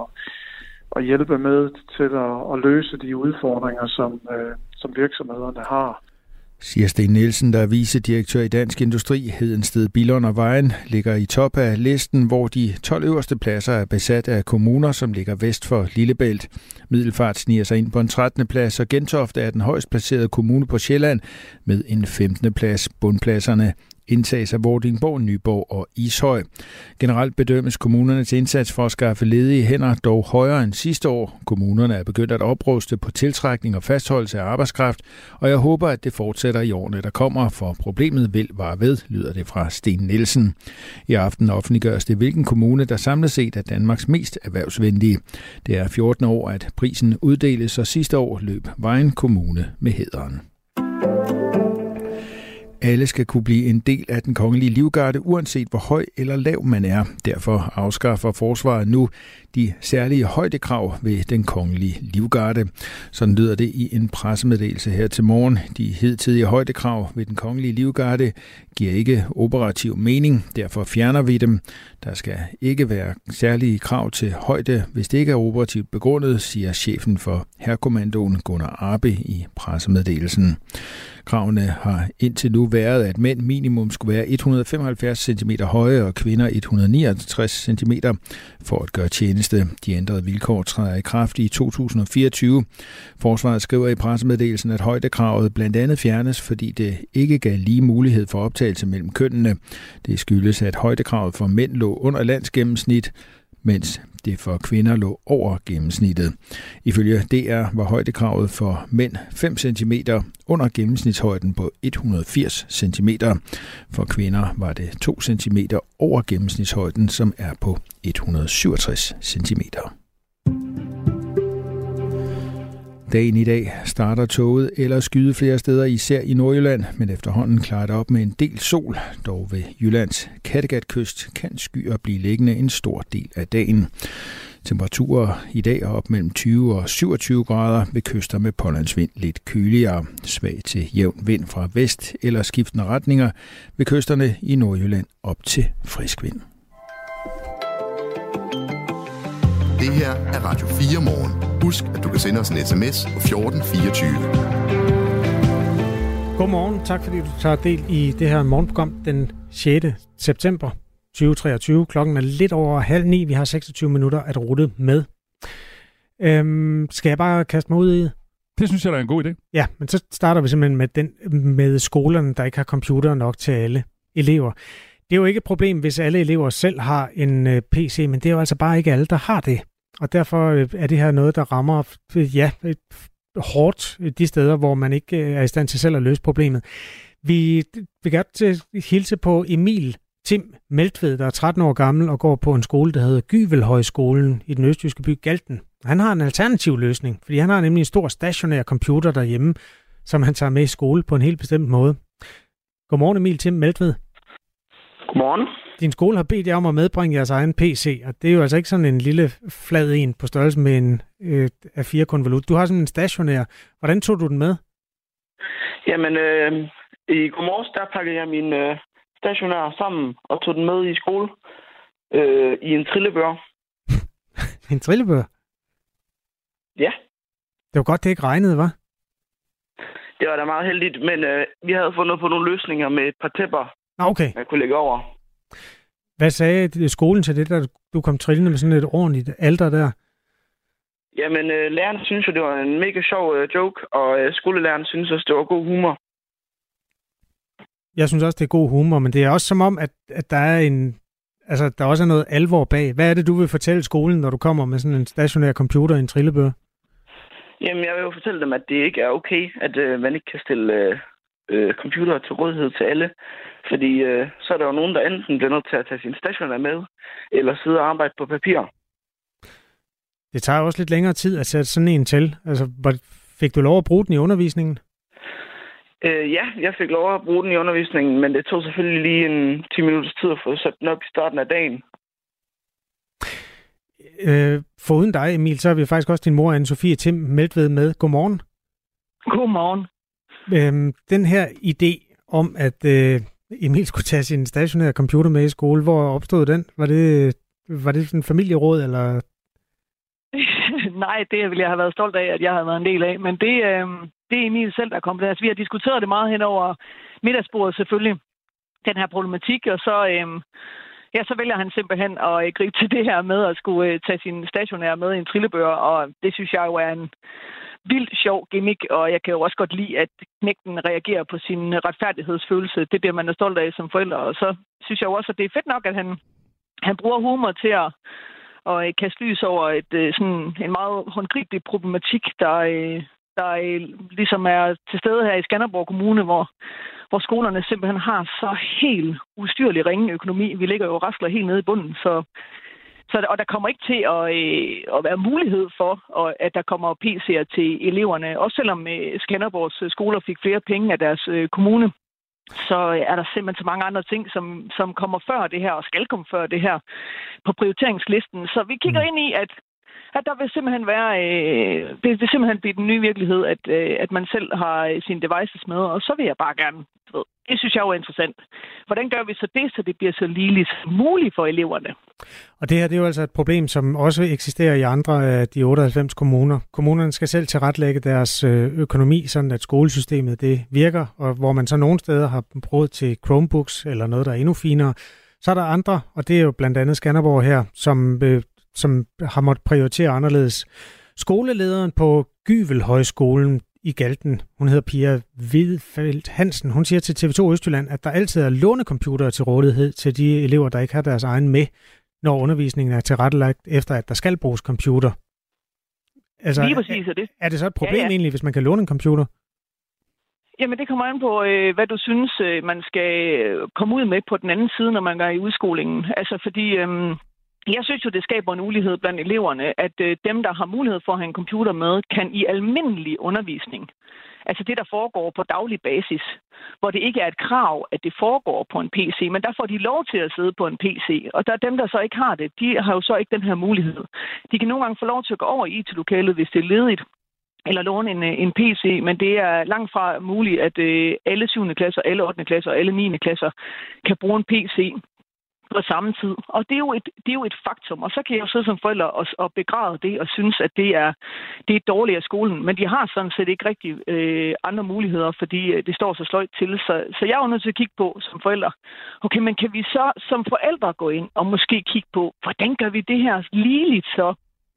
og hjælpe med til at løse de udfordringer, som virksomhederne har. Siger Sten Nielsen, der er vicedirektør i Dansk Industri. Hedensted, Billund og Vejen ligger i top af listen, hvor de 12 øverste pladser er besat af kommuner, som ligger vest for Lillebælt. Middelfart sniger sig ind på en 13. plads, og Gentofte er den højst placerede kommune på Sjælland med en 15. plads. Bundpladserne indtages af Vordingborg, Nyborg og Ishøj. Generelt bedømmes kommunernes indsats for at skaffe ledige hænder dog højere end sidste år. Kommunerne er begyndt at opruste på tiltrækning og fastholdelse af arbejdskraft, og jeg håber, at det fortsætter i årene, der kommer, for problemet vil vare ved, lyder det fra Sten Nielsen. I aften offentliggøres det, hvilken kommune, der samlet set er Danmarks mest erhvervsvenlige. Det er 14 år, at prisen uddeles, og sidste år løb Vejen Kommune med hæderen. Alle skal kunne blive en del af den kongelige livgarde, uanset hvor høj eller lav man er. Derfor afskaffer forsvaret nu de særlige højdekrav ved den kongelige livgarde. Sådan lyder det i en pressemeddelelse her til morgen. De hidtidige højdekrav ved den kongelige livgarde giver ikke operativ mening, derfor fjerner vi dem. Der skal ikke være særlige krav til højde, hvis det ikke er operativt begrundet, siger chefen for Hærkommandoen Gunnar Arbe i pressemeddelelsen. Kravene har indtil nu været, at mænd minimum skulle være 175 cm høje og kvinder 169 cm for at gøre tjeneste. De ændrede vilkår træder i kraft i 2024. Forsvaret skriver i pressemeddelelsen, at højdekravet blandt andet fjernes, fordi det ikke gav lige mulighed for optagelse mellem kønnene. Det skyldes, at højdekravet for mænd lå under landsgennemsnit, mens det for kvinder lå over gennemsnittet. Ifølge DR var højdekravet for mænd 5 cm under gennemsnitshøjden på 180 cm. For kvinder var det 2 cm over gennemsnitshøjden, som er på 167 cm. Dagen i dag starter toget eller skyde flere steder, især i Nordjylland, men efterhånden klarer det op med en del sol. Dog ved Jyllands Kattegatkyst kan skyer blive liggende en stor del af dagen. Temperaturer i dag er op mellem 20 og 27 grader, ved kyster med pålandsvind lidt køligere. Svag til jævn vind fra vest eller skiftende retninger, ved kysterne i Nordjylland op til frisk vind. Det her er Radio 4 morgen. Husk, at du kan sende os en sms på 1424. Godmorgen. Tak fordi du tager del i det her morgenprogram den 6. september 2023. Klokken er lidt over 8:30. Vi har 26 minutter at rute med. Skal jeg bare kaste mig ud i det? Det synes jeg, der er en god idé. Ja, men så starter vi simpelthen med skolerne, der ikke har computer nok til alle elever. Det er jo ikke et problem, hvis alle elever selv har en PC, men det er jo altså bare ikke alle, der har det. Og derfor er det her noget, der rammer hårdt de steder, hvor man ikke er i stand til selv at løse problemet. Vi vil gerne hilse på Emil Tim Meltved, der er 13 år gammel og går på en skole, der hedder Gyvelhøjskolen i den østjyske by Galten. Han har en alternativ løsning, fordi han har nemlig en stor stationær computer derhjemme, som han tager med i skole på en helt bestemt måde. Godmorgen Emil Tim Meltved. Godmorgen. Din skole har bedt jer om at medbringe jeres egen PC, og det er jo altså ikke sådan en lille flad en på størrelse med en A4-konvolut. Du har sådan en stationær. Hvordan tog du den med? Jamen, i går morges, der pakkede jeg min stationær sammen og tog den med i skole i en trillebør. En trillebør? Ja. Det var godt, det ikke regnede, hva'? Det var da meget heldigt, men vi havde fundet på nogle løsninger med et par tæpper, okay, jeg kunne lægge over. Hvad sagde skolen til det, da du kom trillende med sådan et ordentligt alter der? Jamen, læreren synes jo, det var en mega sjov joke, og skolelæreren synes også, det var god humor. Jeg synes også, det er god humor, men det er også som om, at der er der også er noget alvor bag. Hvad er det, du vil fortælle skolen, når du kommer med sådan en stationær computer i en trillebør? Jamen, jeg vil jo fortælle dem, at det ikke er okay, at man ikke kan stille computer til rådighed til alle. Fordi så er der jo nogen, der enten bliver nødt til at tage sin stationær med, eller sidde og arbejde på papir. Det tager også lidt længere tid at sætte sådan en til. Altså, fik du lov at bruge den i undervisningen? Ja, jeg fik lov at bruge den i undervisningen, men det tog selvfølgelig lige en 10 minutters tid at få sat den op i starten af dagen. Foruden dig, Emil, så har vi faktisk også din mor, Anne-Sophie Tim Meltved, med. Godmorgen. Godmorgen. Den her idé om, at Emil skulle tage sin stationære computer med i skole, hvor opstod den? Var det sådan en familieråd, eller? Nej, det ville jeg have været stolt af, at jeg havde været en del af. Men det er Emil selv, der kom på det. Altså, vi har diskuteret det meget hen over middagsbordet selvfølgelig, den her problematik, og så vælger han simpelthen at gribe til det her med at skulle tage sin stationær med i en trillebør, og det synes jeg jo er en vildt sjov gimmick, og jeg kan jo også godt lide, at knægten reagerer på sin retfærdighedsfølelse. Det er det, man er stolt af som forældre, og så synes jeg jo også, at det er fedt nok, at han bruger humor til at kaste lys over sådan en meget håndgribelig problematik, der ligesom er til stede her i Skanderborg Kommune, hvor skolerne simpelthen har så helt ustyrlig ringe økonomi. Vi ligger jo og rasler helt nede i bunden, og der kommer ikke til at være mulighed for, at der kommer PC'er til eleverne. Også selvom Skanderborgs skoler fik flere penge af deres kommune, så er der simpelthen så mange andre ting, som kommer før det her, og skal komme før det her på prioriteringslisten. Så vi kigger ind i, at der vil simpelthen det vil simpelthen blive den nye virkelighed, at man selv har sine devices med, og så vil jeg bare gerne, det synes jeg jo er interessant. Hvordan gør vi så det, så det bliver så ligeligt som muligt for eleverne? Og det her, det er jo altså et problem, som også eksisterer i andre af de 98 kommuner. Kommunerne skal selv tilrettelægge deres økonomi, sådan at skolesystemet det virker, og hvor man så nogle steder har råd til Chromebooks eller noget, der er endnu finere. Så er der andre, og det er jo blandt andet Skanderborg her, som har måttet prioritere anderledes. Skolelederen på Gyvelhøjskolen i Galten, hun hedder Pia Hvidfeldt Hansen, hun siger til TV2 Østjylland, at der altid er lånecomputere til rådighed til de elever, der ikke har deres egen med, når undervisningen er tilrettelagt efter, at der skal bruges computer. Altså, lige præcis er det. Er det så et problem egentlig, hvis man kan låne en computer? Jamen, det kommer an på, hvad du synes, man skal komme ud med på den anden side, når man går i udskolingen. Altså, fordi jeg synes jo, det skaber en ulighed blandt eleverne, at dem, der har mulighed for at have en computer med, kan i almindelig undervisning, altså det, der foregår på daglig basis, hvor det ikke er et krav, at det foregår på en PC, men der får de lov til at sidde på en PC. Og der er dem, der så ikke har det, de har jo så ikke den her mulighed. De kan nogle gange få lov til at gå over i IT-lokalet, hvis det er ledigt, eller låne en PC, men det er langt fra muligt, at alle 7. klasser, alle 8. klasser og alle 9. klasser kan bruge en PC på samme tid. Og det er jo et faktum. Og så kan jeg jo sidde som forældre og begræde det og synes, at det er dårligt af skolen. Men de har sådan set ikke rigtig andre muligheder, fordi det står så sløjt til. Så jeg er jo nødt til at kigge på som forældre. Okay, men kan vi så som forældre gå ind og måske kigge på, hvordan gør vi det her ligeligt så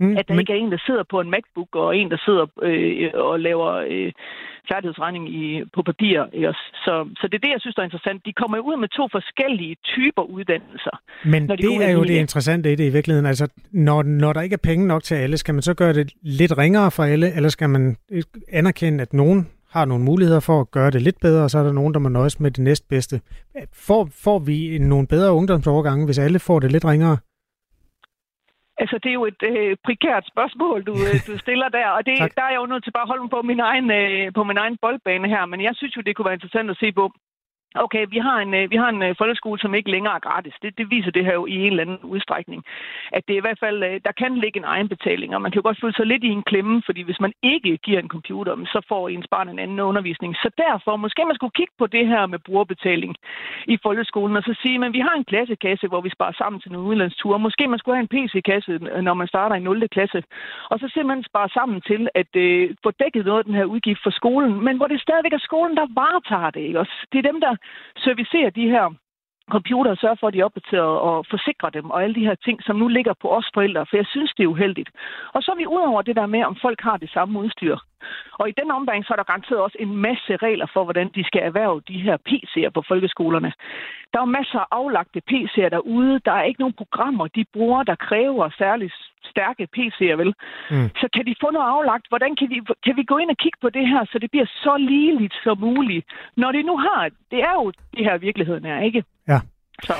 At der ikke er en, der sidder på en MacBook, og en, der sidder og laver færdighedsregning på papir. Så det er det, jeg synes, der er interessant. De kommer ud med 2 forskellige typer uddannelser. Men det er jo det interessante i det i virkeligheden. Altså, når der ikke er penge nok til alle, skal man så gøre det lidt ringere for alle, eller skal man anerkende, at nogen har nogle muligheder for at gøre det lidt bedre, og så er der nogen, der må nøjes med det næstbedste. Får vi nogle bedre ungdomsovergange, hvis alle får det lidt ringere? Altså, det er jo et prekært spørgsmål, du stiller der, og der er jeg jo nødt til bare at holde mig på min egen boldbane her, men jeg synes jo, det kunne være interessant at se på. Okay, vi har en folkeskole, som ikke længere er gratis. Det viser det her jo i en eller anden udstrækning. At det i hvert fald, der kan ligge en egenbetaling, og man kan jo godt føle sig lidt i en klemme, fordi hvis man ikke giver en computer, så får ens barn en anden undervisning. Så derfor, måske man skulle kigge på det her med brugerbetaling i folkeskolen, og så sige, men vi har en klassekasse, hvor vi sparer sammen til nogle udlandsture. Måske man skulle have en PC-kasse, når man starter i 0. klasse. Og så simpelthen spare sammen til at få dækket noget af den her udgift for skolen, men hvor det stadigvæk er skolen, der varetager det. Ikke? Og det er dem, der servicerer de her computere, sørger for, at de er opdateret og forsikrer dem, og alle de her ting, som nu ligger på os forældre, for jeg synes, det er uheldigt. Og så er vi ud over det der med, om folk har det samme udstyr. Og i den ombæring, så er der garanteret også en masse regler for, hvordan de skal erhverve de her PC'er på folkeskolerne. Der er masser af aflagte PC'er derude. Der er ikke nogen programmer, de bruger, der kræver særligt stærke PC'er, vel? Så kan de få noget aflagt? Hvordan kan vi gå ind og kigge på det her, så det bliver så ligeligt som muligt? Når det nu har, det er jo det her virkeligheden er, ikke? Ja. Så.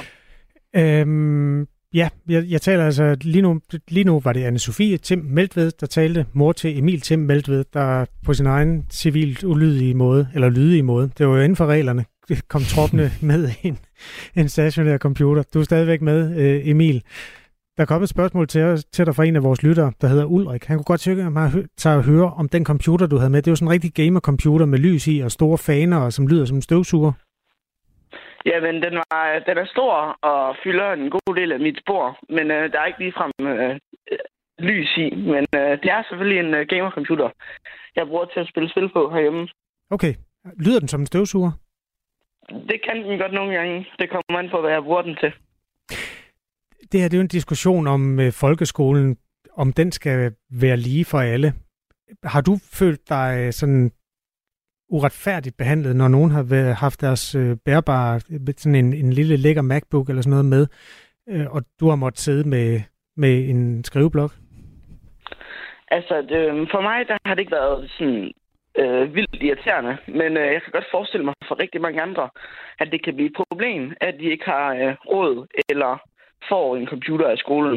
Ja, jeg taler altså, lige nu var det Anne-Sophie Tim Meltved, der talte, mor til Emil Tim Meltved, der på sin egen civilt lydige måde, det var jo inden for reglerne, kom troppende med en stationær computer. Du er stadigvæk med, Emil. Der kom et spørgsmål til dig fra en af vores lyttere, der hedder Ulrik. Han kunne godt tænke mig at høre om den computer, du havde med. Det er jo sådan en rigtig gamer-computer med lys i og store faner, og som lyder som en støvsuger. Jamen, den er stor og fylder en god del af mit spor, men der er ikke ligefrem lys i. Men det er selvfølgelig en gamer-computer, jeg bruger til at spille spil på herhjemme. Okay. Lyder den som en støvsuger? Det kan den godt nogle gange. Det kommer an på, hvad jeg bruger den til. Det her det er jo en diskussion om folkeskolen, om den skal være lige for alle. Har du følt dig sådan uretfærdigt behandlet, når nogen har haft deres bærbare, sådan en lille lækker MacBook eller sådan noget med, og du har måttet sidde med en skriveblok? Altså, for mig der har det ikke været sådan vildt irriterende, men jeg kan godt forestille mig for rigtig mange andre, at det kan blive et problem, at de ikke har råd eller får en computer af skolen.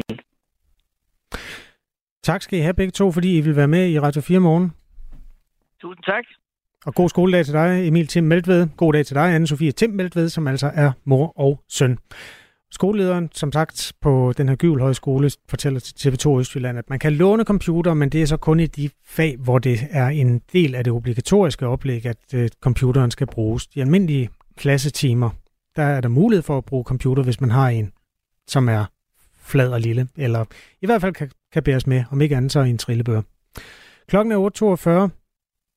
Tak skal I have begge to, fordi I vil være med i Radio 4 morgen. Tusind tak. Og god skoledag til dig, Emil Tim Meltved. God dag til dig, Anne-Sophie Tim Meltved, som altså er mor og søn. Skolelederen, som sagt, på den her Gyvel Højskole, fortæller til TV2 Østjylland, at man kan låne computer, men det er så kun i de fag, hvor det er en del af det obligatoriske oplæg, at computeren skal bruges. De almindelige klassetimer, der er der mulighed for at bruge computer, hvis man har en, som er flad og lille, eller i hvert fald kan bæres med, om ikke andet så i en trillebør. Klokken er 8.42.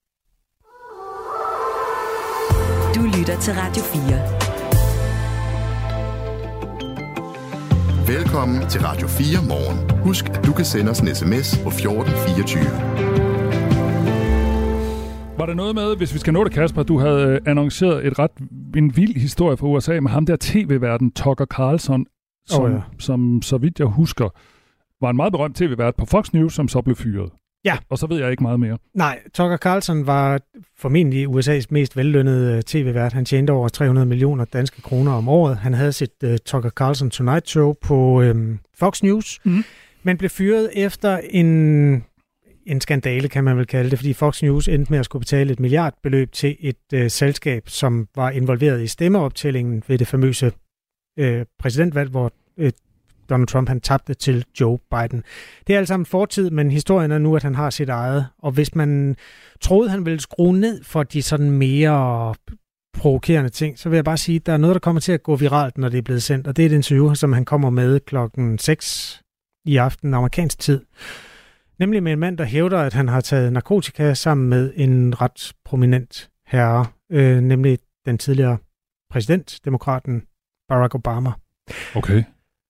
Du lytter til Radio 4. Velkommen til Radio 4 morgen. Husk, at du kan sende os en sms på 1424. Var der noget med, hvis vi skal nå det, Kasper, du havde annonceret en vild historie fra USA med ham der tv-værten Tucker Carlson, som så vidt jeg husker, var en meget berømt tv-vært på Fox News, som så blev fyret. Ja. Og så ved jeg ikke meget mere. Nej, Tucker Carlson var formentlig USA's mest vellønnede tv-vært. Han tjente over 300 millioner danske kroner om året. Han havde sit Tucker Carlson Tonight Show på Fox News, men blev fyret efter en skandale, kan man vel kalde det, fordi Fox News endte med at skulle betale et milliardbeløb til et selskab, som var involveret i stemmeoptællingen ved det famøse præsidentvalg, hvor Donald Trump han tabte til Joe Biden. Det er altså en fortid, men historien er nu, at han har sit eget. Og hvis man troede, han ville skrue ned for de sådan mere provokerende ting, så vil jeg bare sige, at der er noget, der kommer til at gå viralt, når det er blevet sendt. Og det er et interview, som han kommer med klokken 6 i aften amerikansk tid. Nemlig med en mand, der hævder, at han har taget narkotika sammen med en ret prominent herre, nemlig den tidligere præsident, demokraten Barack Obama. Okay.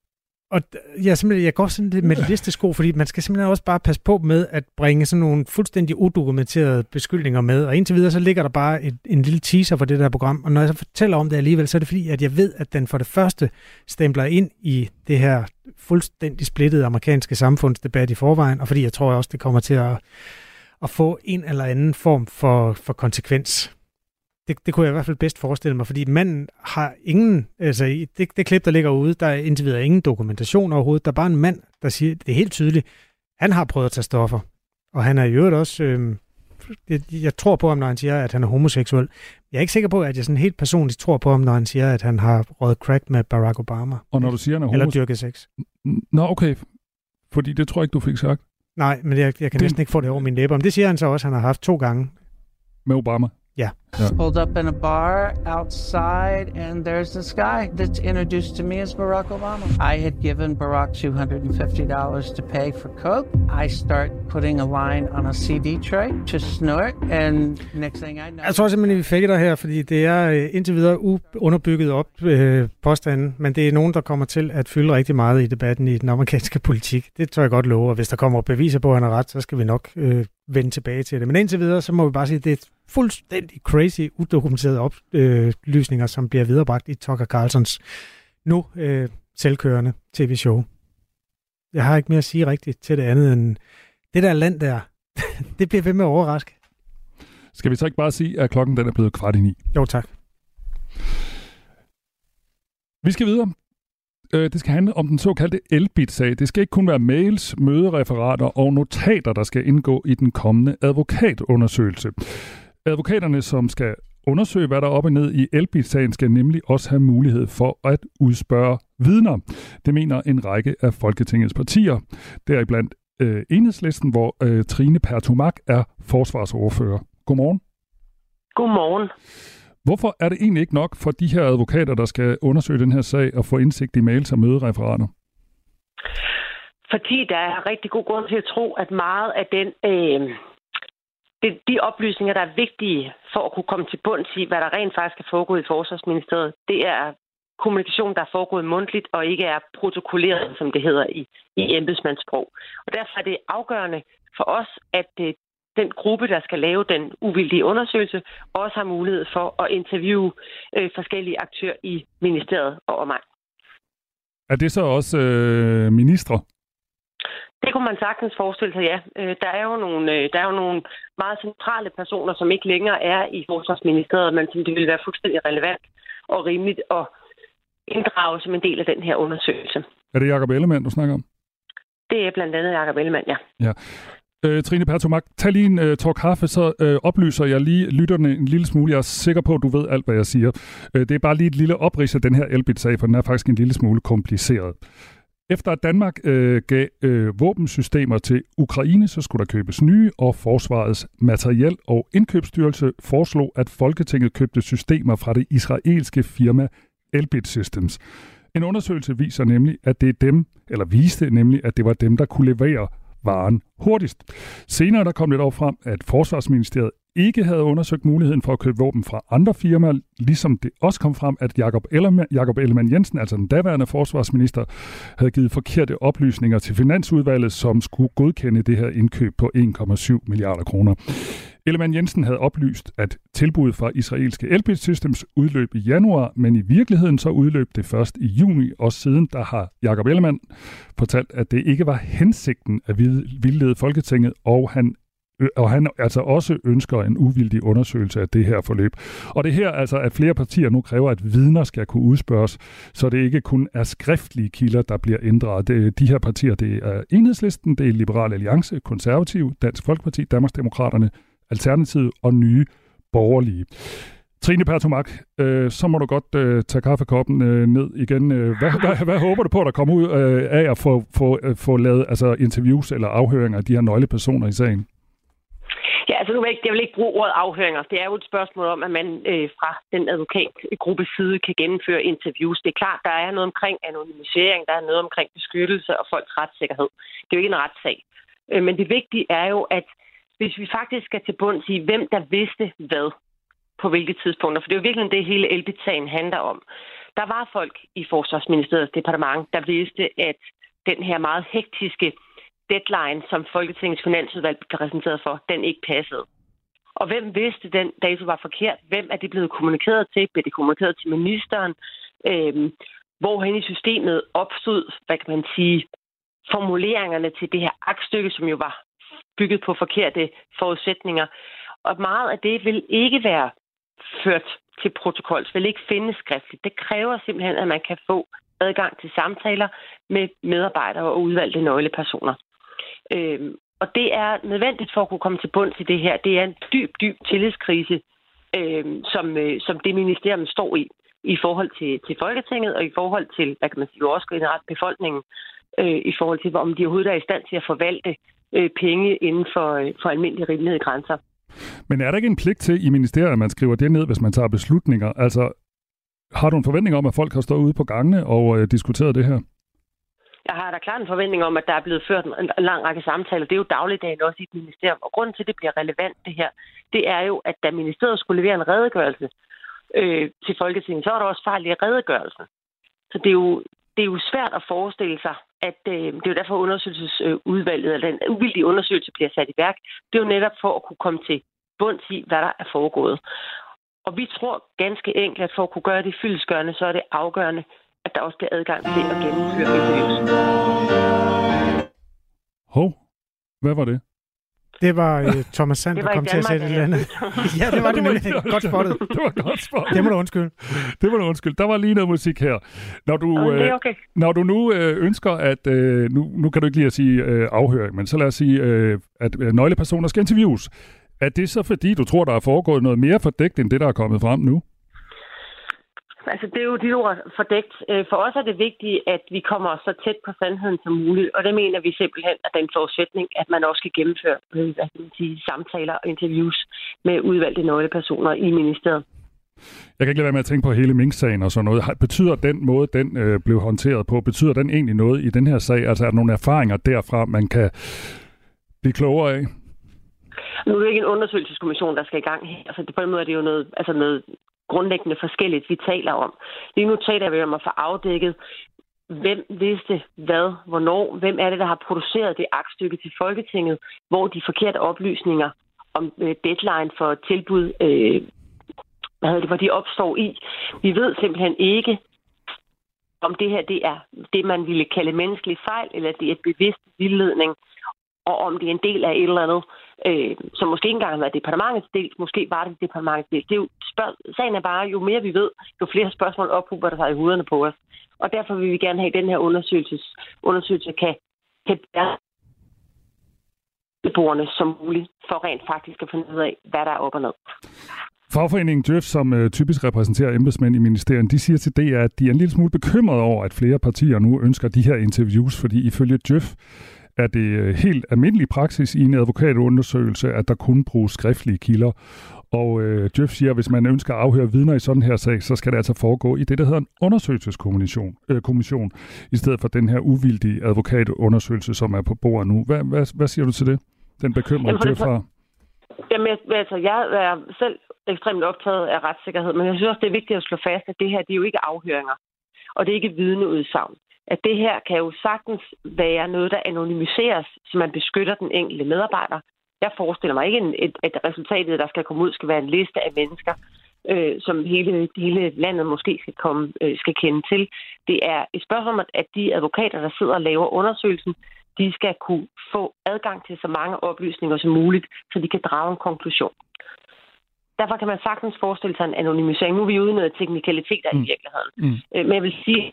Og jeg går sådan lidt med listesko, fordi man skal simpelthen også bare passe på med at bringe sådan nogle fuldstændig udokumenterede beskyldninger med. Og indtil videre, så ligger der bare en lille teaser for det der program. Og når jeg så fortæller om det alligevel, så er det fordi, at jeg ved, at den for det første stempler ind i det her fuldstændig splittede amerikanske samfundsdebat i forvejen, og fordi jeg tror også, det kommer til at få en eller anden form for konsekvens. Det kunne jeg i hvert fald bedst forestille mig, fordi manden har ingen, altså det klip, der ligger ude, der er indtil videre ingen dokumentation overhovedet. Der er bare en mand, der siger, det er helt tydeligt, han har prøvet at tage stoffer. Og han er i øvrigt også, jeg tror på ham, når han siger, at han er homoseksuel. Jeg er ikke sikker på, at jeg sådan helt personligt tror på ham, når han siger, at han har røget crack med Barack Obama. Og når du siger, han er eller dyrket sex. Nå, okay. Fordi det tror jeg ikke, du fik sagt. Nej, men jeg kan næsten ikke få det over mine læber. Men det siger han så også, han har haft 2 gange. Med Obama? Ja. Pulled up in a bar outside, and there's this guy that's introduced to me as Barack Obama. I had given Barack $250 to pay for coke. I start putting a line on a CD tray to snort, and next thing I know... Jeg tror simpelthen, vi fader her, fordi det er indtil videre underbygget op påstanden, men det er nogen, der kommer til at fylde rigtig meget i debatten i den amerikanske politik. Det tror jeg godt love, og hvis der kommer beviser på, at han har ret, så skal vi nok vende tilbage til det. Men indtil videre, så må vi bare sige, at det er fuldstændig crazy, udokumenterede oplysninger, som bliver viderebragt i Tucker Carlsons nu selvkørende tv-show. Jeg har ikke mere at sige rigtigt til det andet end det der land der. Det bliver ved med at overraske. Skal vi så ikke bare sige, at klokken den er blevet 8:45? Jo, tak. Vi skal videre. Det skal handle om den såkaldte Elbit-sag. Det skal ikke kun være mails, mødereferater og notater, der skal indgå i den kommende advokatundersøgelse. Advokaterne, som skal undersøge, hvad der er op og ned i Elbit-sagen, skal nemlig også have mulighed for at udspørge vidner. Det mener en række af Folketingets partier. Deriblandt Enhedslisten, hvor Trine Pertou Mach er forsvarsordfører. Godmorgen. Godmorgen. Hvorfor er det egentlig ikke nok for de her advokater, der skal undersøge den her sag og få indsigt i mails og mødereferater? Fordi der er rigtig god grund til at tro, at meget af de oplysninger, der er vigtige for at kunne komme til bunds i, hvad der rent faktisk er foregået i Forsvarsministeriet, det er kommunikation, der er foregået mundtligt og ikke er protokolleret, som det hedder i embedsmandssprog. Og derfor er det afgørende for os, at den gruppe, der skal lave den uvildige undersøgelse, også har mulighed for at interviewe forskellige aktører i ministeriet og omegn. Er det så også ministre? Det kunne man sagtens forestille sig, ja. Der er jo nogle meget centrale personer, som ikke længere er i Forsvarsministeriet, men som det ville være fuldstændig relevant og rimeligt at inddrage som en del af den her undersøgelse. Er det Jakob Ellemann, du snakker om? Det er blandt andet Jakob Ellemann, ja. Ja. Trine Pertou Mach, tag lige en tår kaffe, så oplyser jeg lige lytterne en lille smule. Jeg er sikker på, at du ved alt, hvad jeg siger. Det er bare lige et lille oprids af den her Elbit-sag, for den er faktisk en lille smule kompliceret. Efter at Danmark gav våbensystemer til Ukraine, så skulle der købes nye, og Forsvarets Materiel- og Indkøbsstyrelse foreslog, at Folketinget købte systemer fra det israelske firma Elbit Systems. En undersøgelse viser nemlig, at det er dem, eller viste nemlig, at det var dem, der kunne levere varen hurtigst. Senere der kom det dog frem, at Forsvarsministeriet ikke havde undersøgt muligheden for at købe våben fra andre firmaer, ligesom det også kom frem, at Jakob Ellemann Jensen, altså den daværende forsvarsminister, havde givet forkerte oplysninger til Finansudvalget, som skulle godkende det her indkøb på 1,7 milliarder kroner. Ellemann Jensen havde oplyst, at tilbuddet fra israelske Elbit Systems udløb i januar, men i virkeligheden så udløb det først i juni, og siden der har Jakob Ellemann fortalt, at det ikke var hensigten at vildlede Folketinget, og han altså også ønsker en uvildig undersøgelse af det her forløb. Og det her altså, at flere partier nu kræver, at vidner skal kunne udspørges, så det ikke kun er skriftlige kilder, der bliver inddraget. De her partier, det er Enhedslisten, det er Liberal Alliance, Konservative, Dansk Folkeparti, Danmarksdemokraterne, Alternativet og Nye Borgerlige. Trine Pertou Mach, så må du godt tage kaffekoppen ned igen. Hvad håber du på, der kommer ud af at få lavet altså interviews eller afhøringer af de her nøglepersoner i sagen? Ja, altså nu jeg vil ikke bruge ordet afhøringer. Det er jo et spørgsmål om, at man fra den advokatgruppes side kan gennemføre interviews. Det er klart, der er noget omkring anonymisering, der er noget omkring beskyttelse og folks retssikkerhed. Det er jo ikke en retssag. Men det vigtige er jo, at hvis vi faktisk skal til bunds i, hvem der vidste hvad på hvilke tidspunkter, for det er jo virkelig det, hele Elbit-sagen handler om, Der var folk i Forsvarsministeriets departement, der vidste, at den her meget hektiske deadline, som Folketingets finansudvalg blev præsenteret for, den ikke passede. Og hvem vidste, den dato var forkert? Hvem er det blevet kommunikeret til? Blev det kommunikeret til ministeren? Hvorhen i systemet opstod, hvad kan man sige, formuleringerne til det her aktstykke, som jo var bygget på forkerte forudsætninger. Og meget af det vil ikke være ført til protokols, vil ikke findes skriftligt. Det kræver simpelthen, at man kan få adgang til samtaler med medarbejdere og udvalgte nøglepersoner. Og det er nødvendigt for at kunne komme til bunds i det her. Det er en dyb tillidskrise, som det ministerium står i forhold til Folketinget og i forhold til, hvad kan man sige, også generelt befolkningen, i forhold til, om de overhovedet er i stand til at forvalte penge inden for almindelige rimelige grænser. Men er der ikke en pligt til i ministeriet, at man skriver det ned, hvis man tager beslutninger? Altså, har du en forventning om, at folk har stået ude på gangene og diskuteret det her? Jeg har da klart en forventning om, at der er blevet ført en lang række samtaler. Det er jo dagligdagen også i et ministerium. Og grunden til, at det bliver relevant, det her, det er jo, at da ministeriet skulle levere en redegørelse til Folketinget, så var der også fejl i redegørelsen. Så det er jo svært at forestille sig, at det er jo derfor undersøgelsesudvalget, eller den uvildige undersøgelse bliver sat i værk. Det er jo netop for at kunne komme til bunds i, hvad der er foregået. Og vi tror ganske enkelt, at for at kunne gøre det fyldestgørende, så er det afgørende, at der også bliver adgang til at gennemføre interviews. Hvad var det? Det var Thomas Sand, der kom til at sætte det andet. Ja, det var det nemlig. Godt spottet. Det var godt spottet. Det må du undskylde. Der var lige noget musik her. Når du nu ønsker, at... Nu kan du ikke lige at sige afhøring, men så lad os sige, at nøglepersoner skal interviews. Er det så fordi, du tror, der er foregået noget mere fordækt, end det, der er kommet frem nu? Altså, det er jo de ord fordækt. For os er det vigtigt, at vi kommer så tæt på sandheden som muligt, og det mener vi simpelthen, at den forudsætning, at man også skal gennemføre samtaler og interviews med udvalgte nøglepersoner i ministeriet. Jeg kan ikke lade være med at tænke på hele Mink-sagen og sådan noget. Betyder den måde, den blev håndteret på, betyder den egentlig noget i den her sag? Altså, er der nogle erfaringer derfra, man kan blive klogere af? Nu er det ikke en undersøgelseskommission, der skal i gang her. Altså, på den måde er det jo noget grundlæggende forskelligt, vi taler om. Lige nu taler vi om at få afdækket, hvem vidste hvad, hvornår, hvem er det, der har produceret det aktstykke til Folketinget, hvor de forkerte oplysninger om deadline for tilbud, hvor de opstår i. Vi ved simpelthen ikke, om det her det er det, man ville kalde menneskelig fejl, eller det er et bevidst vildledning, og om det er en del af et eller andet, som måske ikke engang har været departementets del, måske var det departementets del. Det er jo sagen er bare, jo mere vi ved, jo flere spørgsmål ophober der sig i hovederne på os. Og derfor vil vi gerne have, at den her undersøgelse kan være beboerne som muligt, for rent faktisk at finde ud af, hvad der er op og ned. Fagforeningen Djøf, som typisk repræsenterer embedsmænd i ministeriet, de siger til DR, at de er en lille smule bekymrede over, at flere partier nu ønsker de her interviews, fordi ifølge Djøf er det helt almindelig praksis i en advokatundersøgelse, at der kun bruges skriftlige kilder. Og Djøf siger, at hvis man ønsker at afhøre vidner i sådan her sag, så skal det altså foregå i det, der hedder en undersøgelseskommission, i stedet for den her uvildige advokatundersøgelse, som er på bordet nu. Hvad siger du til det? Den bekymring, Djøf har? Jamen, altså, jeg er selv ekstremt optaget af retssikkerhed, men jeg synes også, det er vigtigt at slå fast, at det her, det er jo ikke afhøringer, og det er ikke vidneudsagn. At det her kan jo sagtens være noget, der anonymiseres, så man beskytter den enkelte medarbejder. Jeg forestiller mig ikke, at resultatet, der skal komme ud, skal være en liste af mennesker, som hele landet måske skal kende til. Det er et spørgsmål om, at de advokater, der sidder og laver undersøgelsen, de skal kunne få adgang til så mange oplysninger som muligt, så de kan drage en konklusion. Derfor kan man sagtens forestille sig en anonymisering. Nu er vi ude i noget teknikaliteter i virkeligheden. Men jeg vil sige...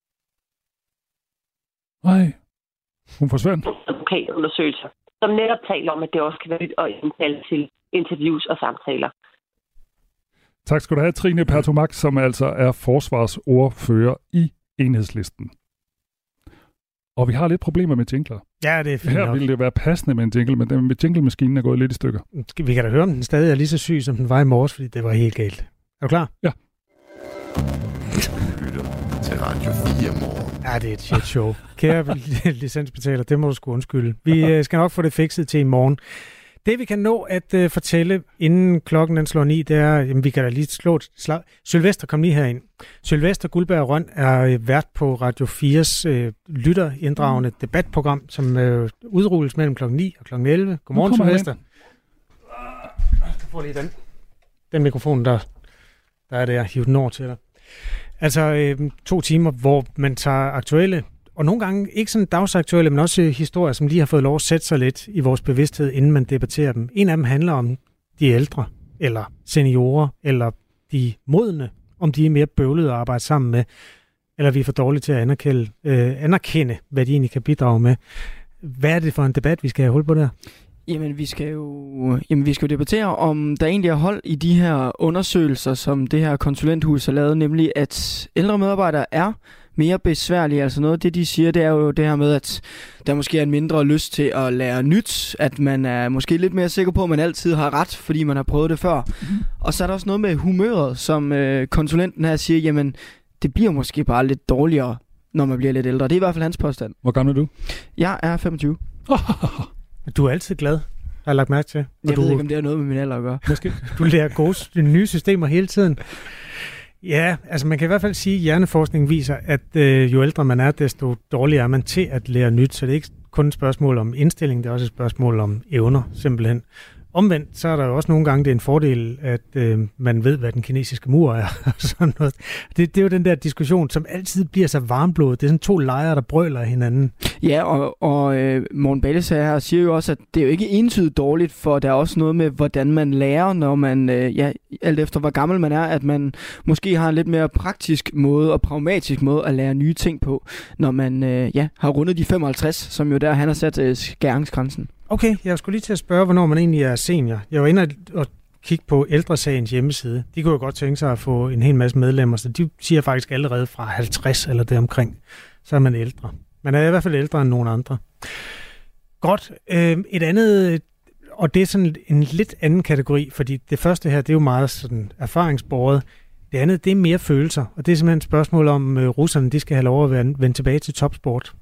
Nej, hun forsvandt. Advokatundersøgelser, som netop taler om, at det også kan være at indkalde til interviews og samtaler. Tak skal du have, Trine Pertomak, som altså er forsvarsordfører i Enhedslisten. Og vi har lidt problemer med jingler. Ja, det er fint. Her ville det være passende med en jingle, men med jinglemaskinen er gået lidt i stykker. Vi kan da høre, om den stadig er lige så syg, som den var i morges, fordi det var helt galt. Er du klar? Ja. Lytter til Radio 4 morgen. Ja, det er et shit show. Kære licensbetaler, det må du sgu undskylde. Vi skal nok få det fikset til i morgen. Det vi kan nå at fortælle, inden klokken den slår 9, det er, jamen vi kan da lige slå et slag. Sylvester, kom lige herind. Sylvester Guldberg Røn er vært på Radio 4's lytterinddragende debatprogram, som udrulles mellem klokken 9 og klokken 11. Godmorgen, Sylvester. Jeg får lige den mikrofon, der er der. Hiv den over til dig. Altså 2 timer, hvor man tager aktuelle, og nogle gange ikke sådan dagsaktuelle, men også historier, som lige har fået lov at sætte sig lidt i vores bevidsthed, inden man debatterer dem. En af dem handler om de ældre, eller seniorer, eller de modne, om de er mere bøvlede at arbejde sammen med, eller vi er for dårlige til at anerkende, hvad de egentlig kan bidrage med. Hvad er det for en debat, vi skal have hul på der? Jamen, vi skal jo debattere, om der egentlig er hold i de her undersøgelser, som det her konsulenthus har lavet, nemlig at ældre medarbejdere er mere besværlige. Altså noget af det, de siger, det er jo det her med, at der måske er en mindre lyst til at lære nyt, at man er måske lidt mere sikker på, at man altid har ret, fordi man har prøvet det før. Og så er der også noget med humøret, som konsulenten her siger, jamen, det bliver måske bare lidt dårligere, når man bliver lidt ældre. Det er i hvert fald hans påstand. Hvor gammel er du? Jeg er 25. Du er altid glad, har jeg lagt mærke til. Jeg ved ikke, om det har noget med min alder at gøre. Måske. Du lærer gode nye systemer hele tiden. Ja, altså man kan i hvert fald sige, at hjerneforskningen viser, at jo ældre man er, desto dårligere er man til at lære nyt. Så det er ikke kun et spørgsmål om indstilling, det er også et spørgsmål om evner, simpelthen. Omvendt, så er der jo også nogle gange, det er en fordel, at man ved, hvad den kinesiske mur er. Sådan noget. Det er jo den der diskussion, som altid bliver så varmblodet. Det er sådan 2 lejre, der brøler hinanden. Ja, og Morten Balles her siger jo også, at det er jo ikke entydigt dårligt, for der er også noget med, hvordan man lærer, når man, alt efter hvor gammel man er, at man måske har en lidt mere praktisk måde og pragmatisk måde at lære nye ting på, når man har rundet de 55, som jo der han har sat skæringsgrænsen. Okay, jeg skulle lige til at spørge, hvornår man egentlig er senior. Jeg var inde og kigge på Ældresagens hjemmeside. De kunne jo godt tænke sig at få en hel masse medlemmer, så de siger faktisk allerede fra 50 eller deromkring, så er man ældre. Man er i hvert fald ældre end nogen andre. Godt. Et andet, og det er sådan en lidt anden kategori, fordi det første her, det er jo meget sådan erfaringsbåret. Det andet, det er mere følelser, og det er simpelthen et spørgsmål om, russerne de skal have lov at vende tilbage til topsport.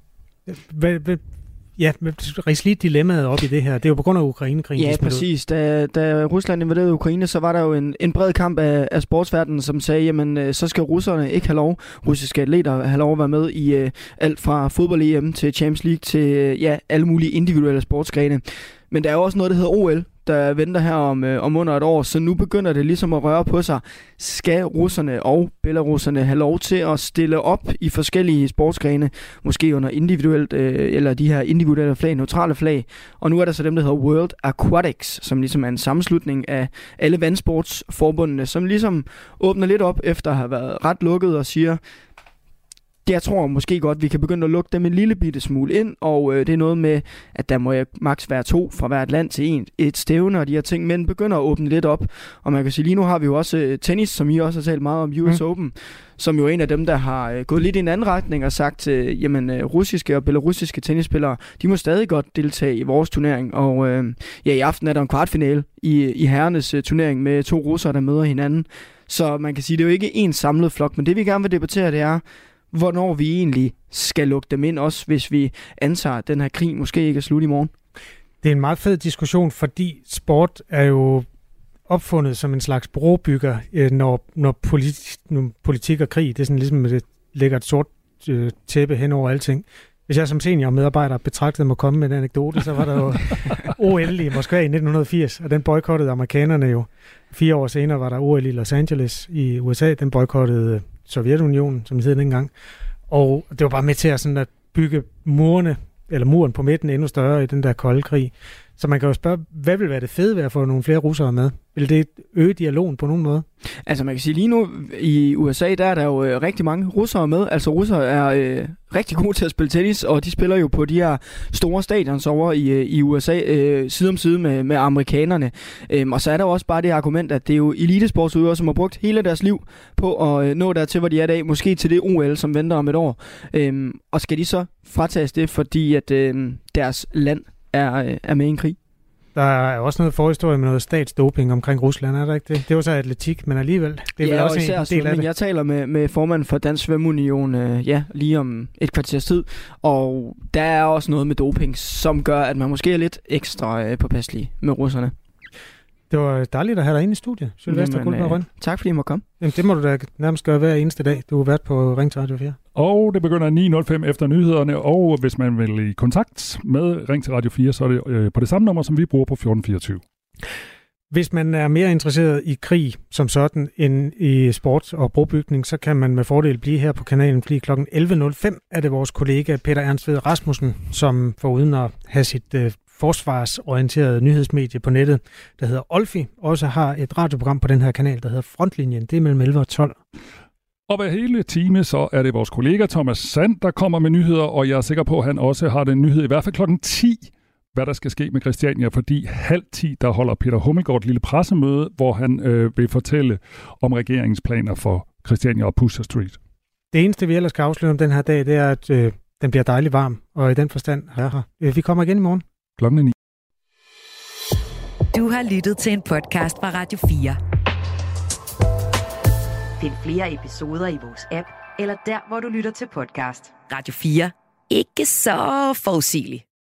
Ja, rids lige dilemmaet op i det her. Det er jo på grund af Ukraine-krigen. Ja, præcis. Da Rusland invaderede Ukraine, så var der jo en bred kamp af sportsverdenen, som sagde, jamen, så skal russerne ikke have lov, russiske atleter have lov at være med i alt fra fodbold-EM til Champions League til alle mulige individuelle sportsgrene. Men der er jo også noget, der hedder OL, der venter her om under et år, så nu begynder det ligesom at røre på sig. Skal russerne og belarusserne have lov til at stille op i forskellige sportsgrene, måske under individuelt, eller de her individuelle flag, neutrale flag, og nu er der så dem, der hedder World Aquatics, som ligesom er en sammenslutning af alle vandsportsforbundene, som ligesom åbner lidt op efter at have været ret lukket og siger, jeg tror måske godt, vi kan begynde at lukke dem en lille bitte smule ind, og det er noget med, at der må maks være 2 fra hvert land til et stævne og de her ting, men begynder at åbne lidt op. Og man kan sige, lige nu har vi jo også tennis, som I også har talt meget om, US Open, som jo er en af dem, der har gået lidt i en anden retning og sagt, jamen russiske og belarusiske tennisspillere, de må stadig godt deltage i vores turnering. Og i aften er der en kvartfinale i herrenes turnering med 2 russere, der møder hinanden. Så man kan sige, det er jo ikke en samlet flok, men det vi gerne vil debattere, det er, hvornår vi egentlig skal lukke dem ind, også hvis vi antager, at den her krig måske ikke er slut i morgen. Det er en meget fed diskussion, fordi sport er jo opfundet som en slags brobygger, når politik og krig, det er sådan ligesom, at det lægger et sort tæppe hen over alting. Hvis jeg som seniormedarbejder betragtede mig at komme med en anekdote, så var der jo OL i Moskva i 1980, og den boykottede amerikanerne jo. 4 år senere var der OL i Los Angeles i USA, den boykottede Sovjetunionen, som hed dengang. Og det var bare med til at bygge muren på midten endnu større i den der kolde krig. Så man kan jo spørge, hvad vil være det fede ved at få nogle flere russere med? Vil det øge dialogen på nogen måde? Altså man kan sige lige nu i USA, der er der jo rigtig mange russere med. Altså russere er rigtig gode til at spille tennis, og de spiller jo på de her store stadions over i USA, side om side med amerikanerne. Og så er der jo også bare det argument, at det er jo elitesportsudøvere, som har brugt hele deres liv på at nå dertil, hvor de er i dag, måske til det OL, som venter om et år. Og skal de så fratages det, fordi at deres land er med i en krig? Der er også noget forhistorie med noget statsdoping omkring Rusland, er der ikke det? Det var så atletik, men alligevel. Det er vel også en del af det. Jeg taler med formanden for Dansk Svømmeunion lige om et kvarters tid, og der er også noget med doping, som gør, at man måske er lidt ekstra påpasselig med russerne. Det var dejligt at have dig inde i studiet, Sylvester Guldberg Røn. Tak fordi jeg måtte komme. Jamen, det må du da nærmest gøre hver eneste dag. Du har været på Ring til Radio 4. Og det begynder 9.05 efter nyhederne, og hvis man vil i kontakt med Ring til Radio 4, så er det på det samme nummer, som vi bruger på 1424. Hvis man er mere interesseret i krig som sådan end i sport og brobygning, så kan man med fordel blive her på kanalen, fordi kl. 11.05 er det vores kollega Peter Ernstved Rasmussen, som foruden at have sit forsvarsorienterede nyhedsmedie på nettet, der hedder Olfi, også har et radioprogram på den her kanal, der hedder Frontlinjen. Det er mellem 11 og 12. Og hver hele time, så er det vores kollega Thomas Sand, der kommer med nyheder, og jeg er sikker på, at han også har den nyhed i hvert fald klokken 10, hvad der skal ske med Christiania, fordi 9:30, der holder Peter Hummelgaard et lille pressemøde, hvor han vil fortælle om regeringens planer for Christiania og Pusher Street. Det eneste, vi ellers kan afsløre om den her dag, det er, at den bliver dejligt varm, og i den forstand her. Vi kommer igen i morgen. Klokken 9. Du har lyttet til en podcast fra Radio 4. Find flere episoder i vores app, eller der, hvor du lytter til podcast. Radio 4. Ikke så forudsigeligt.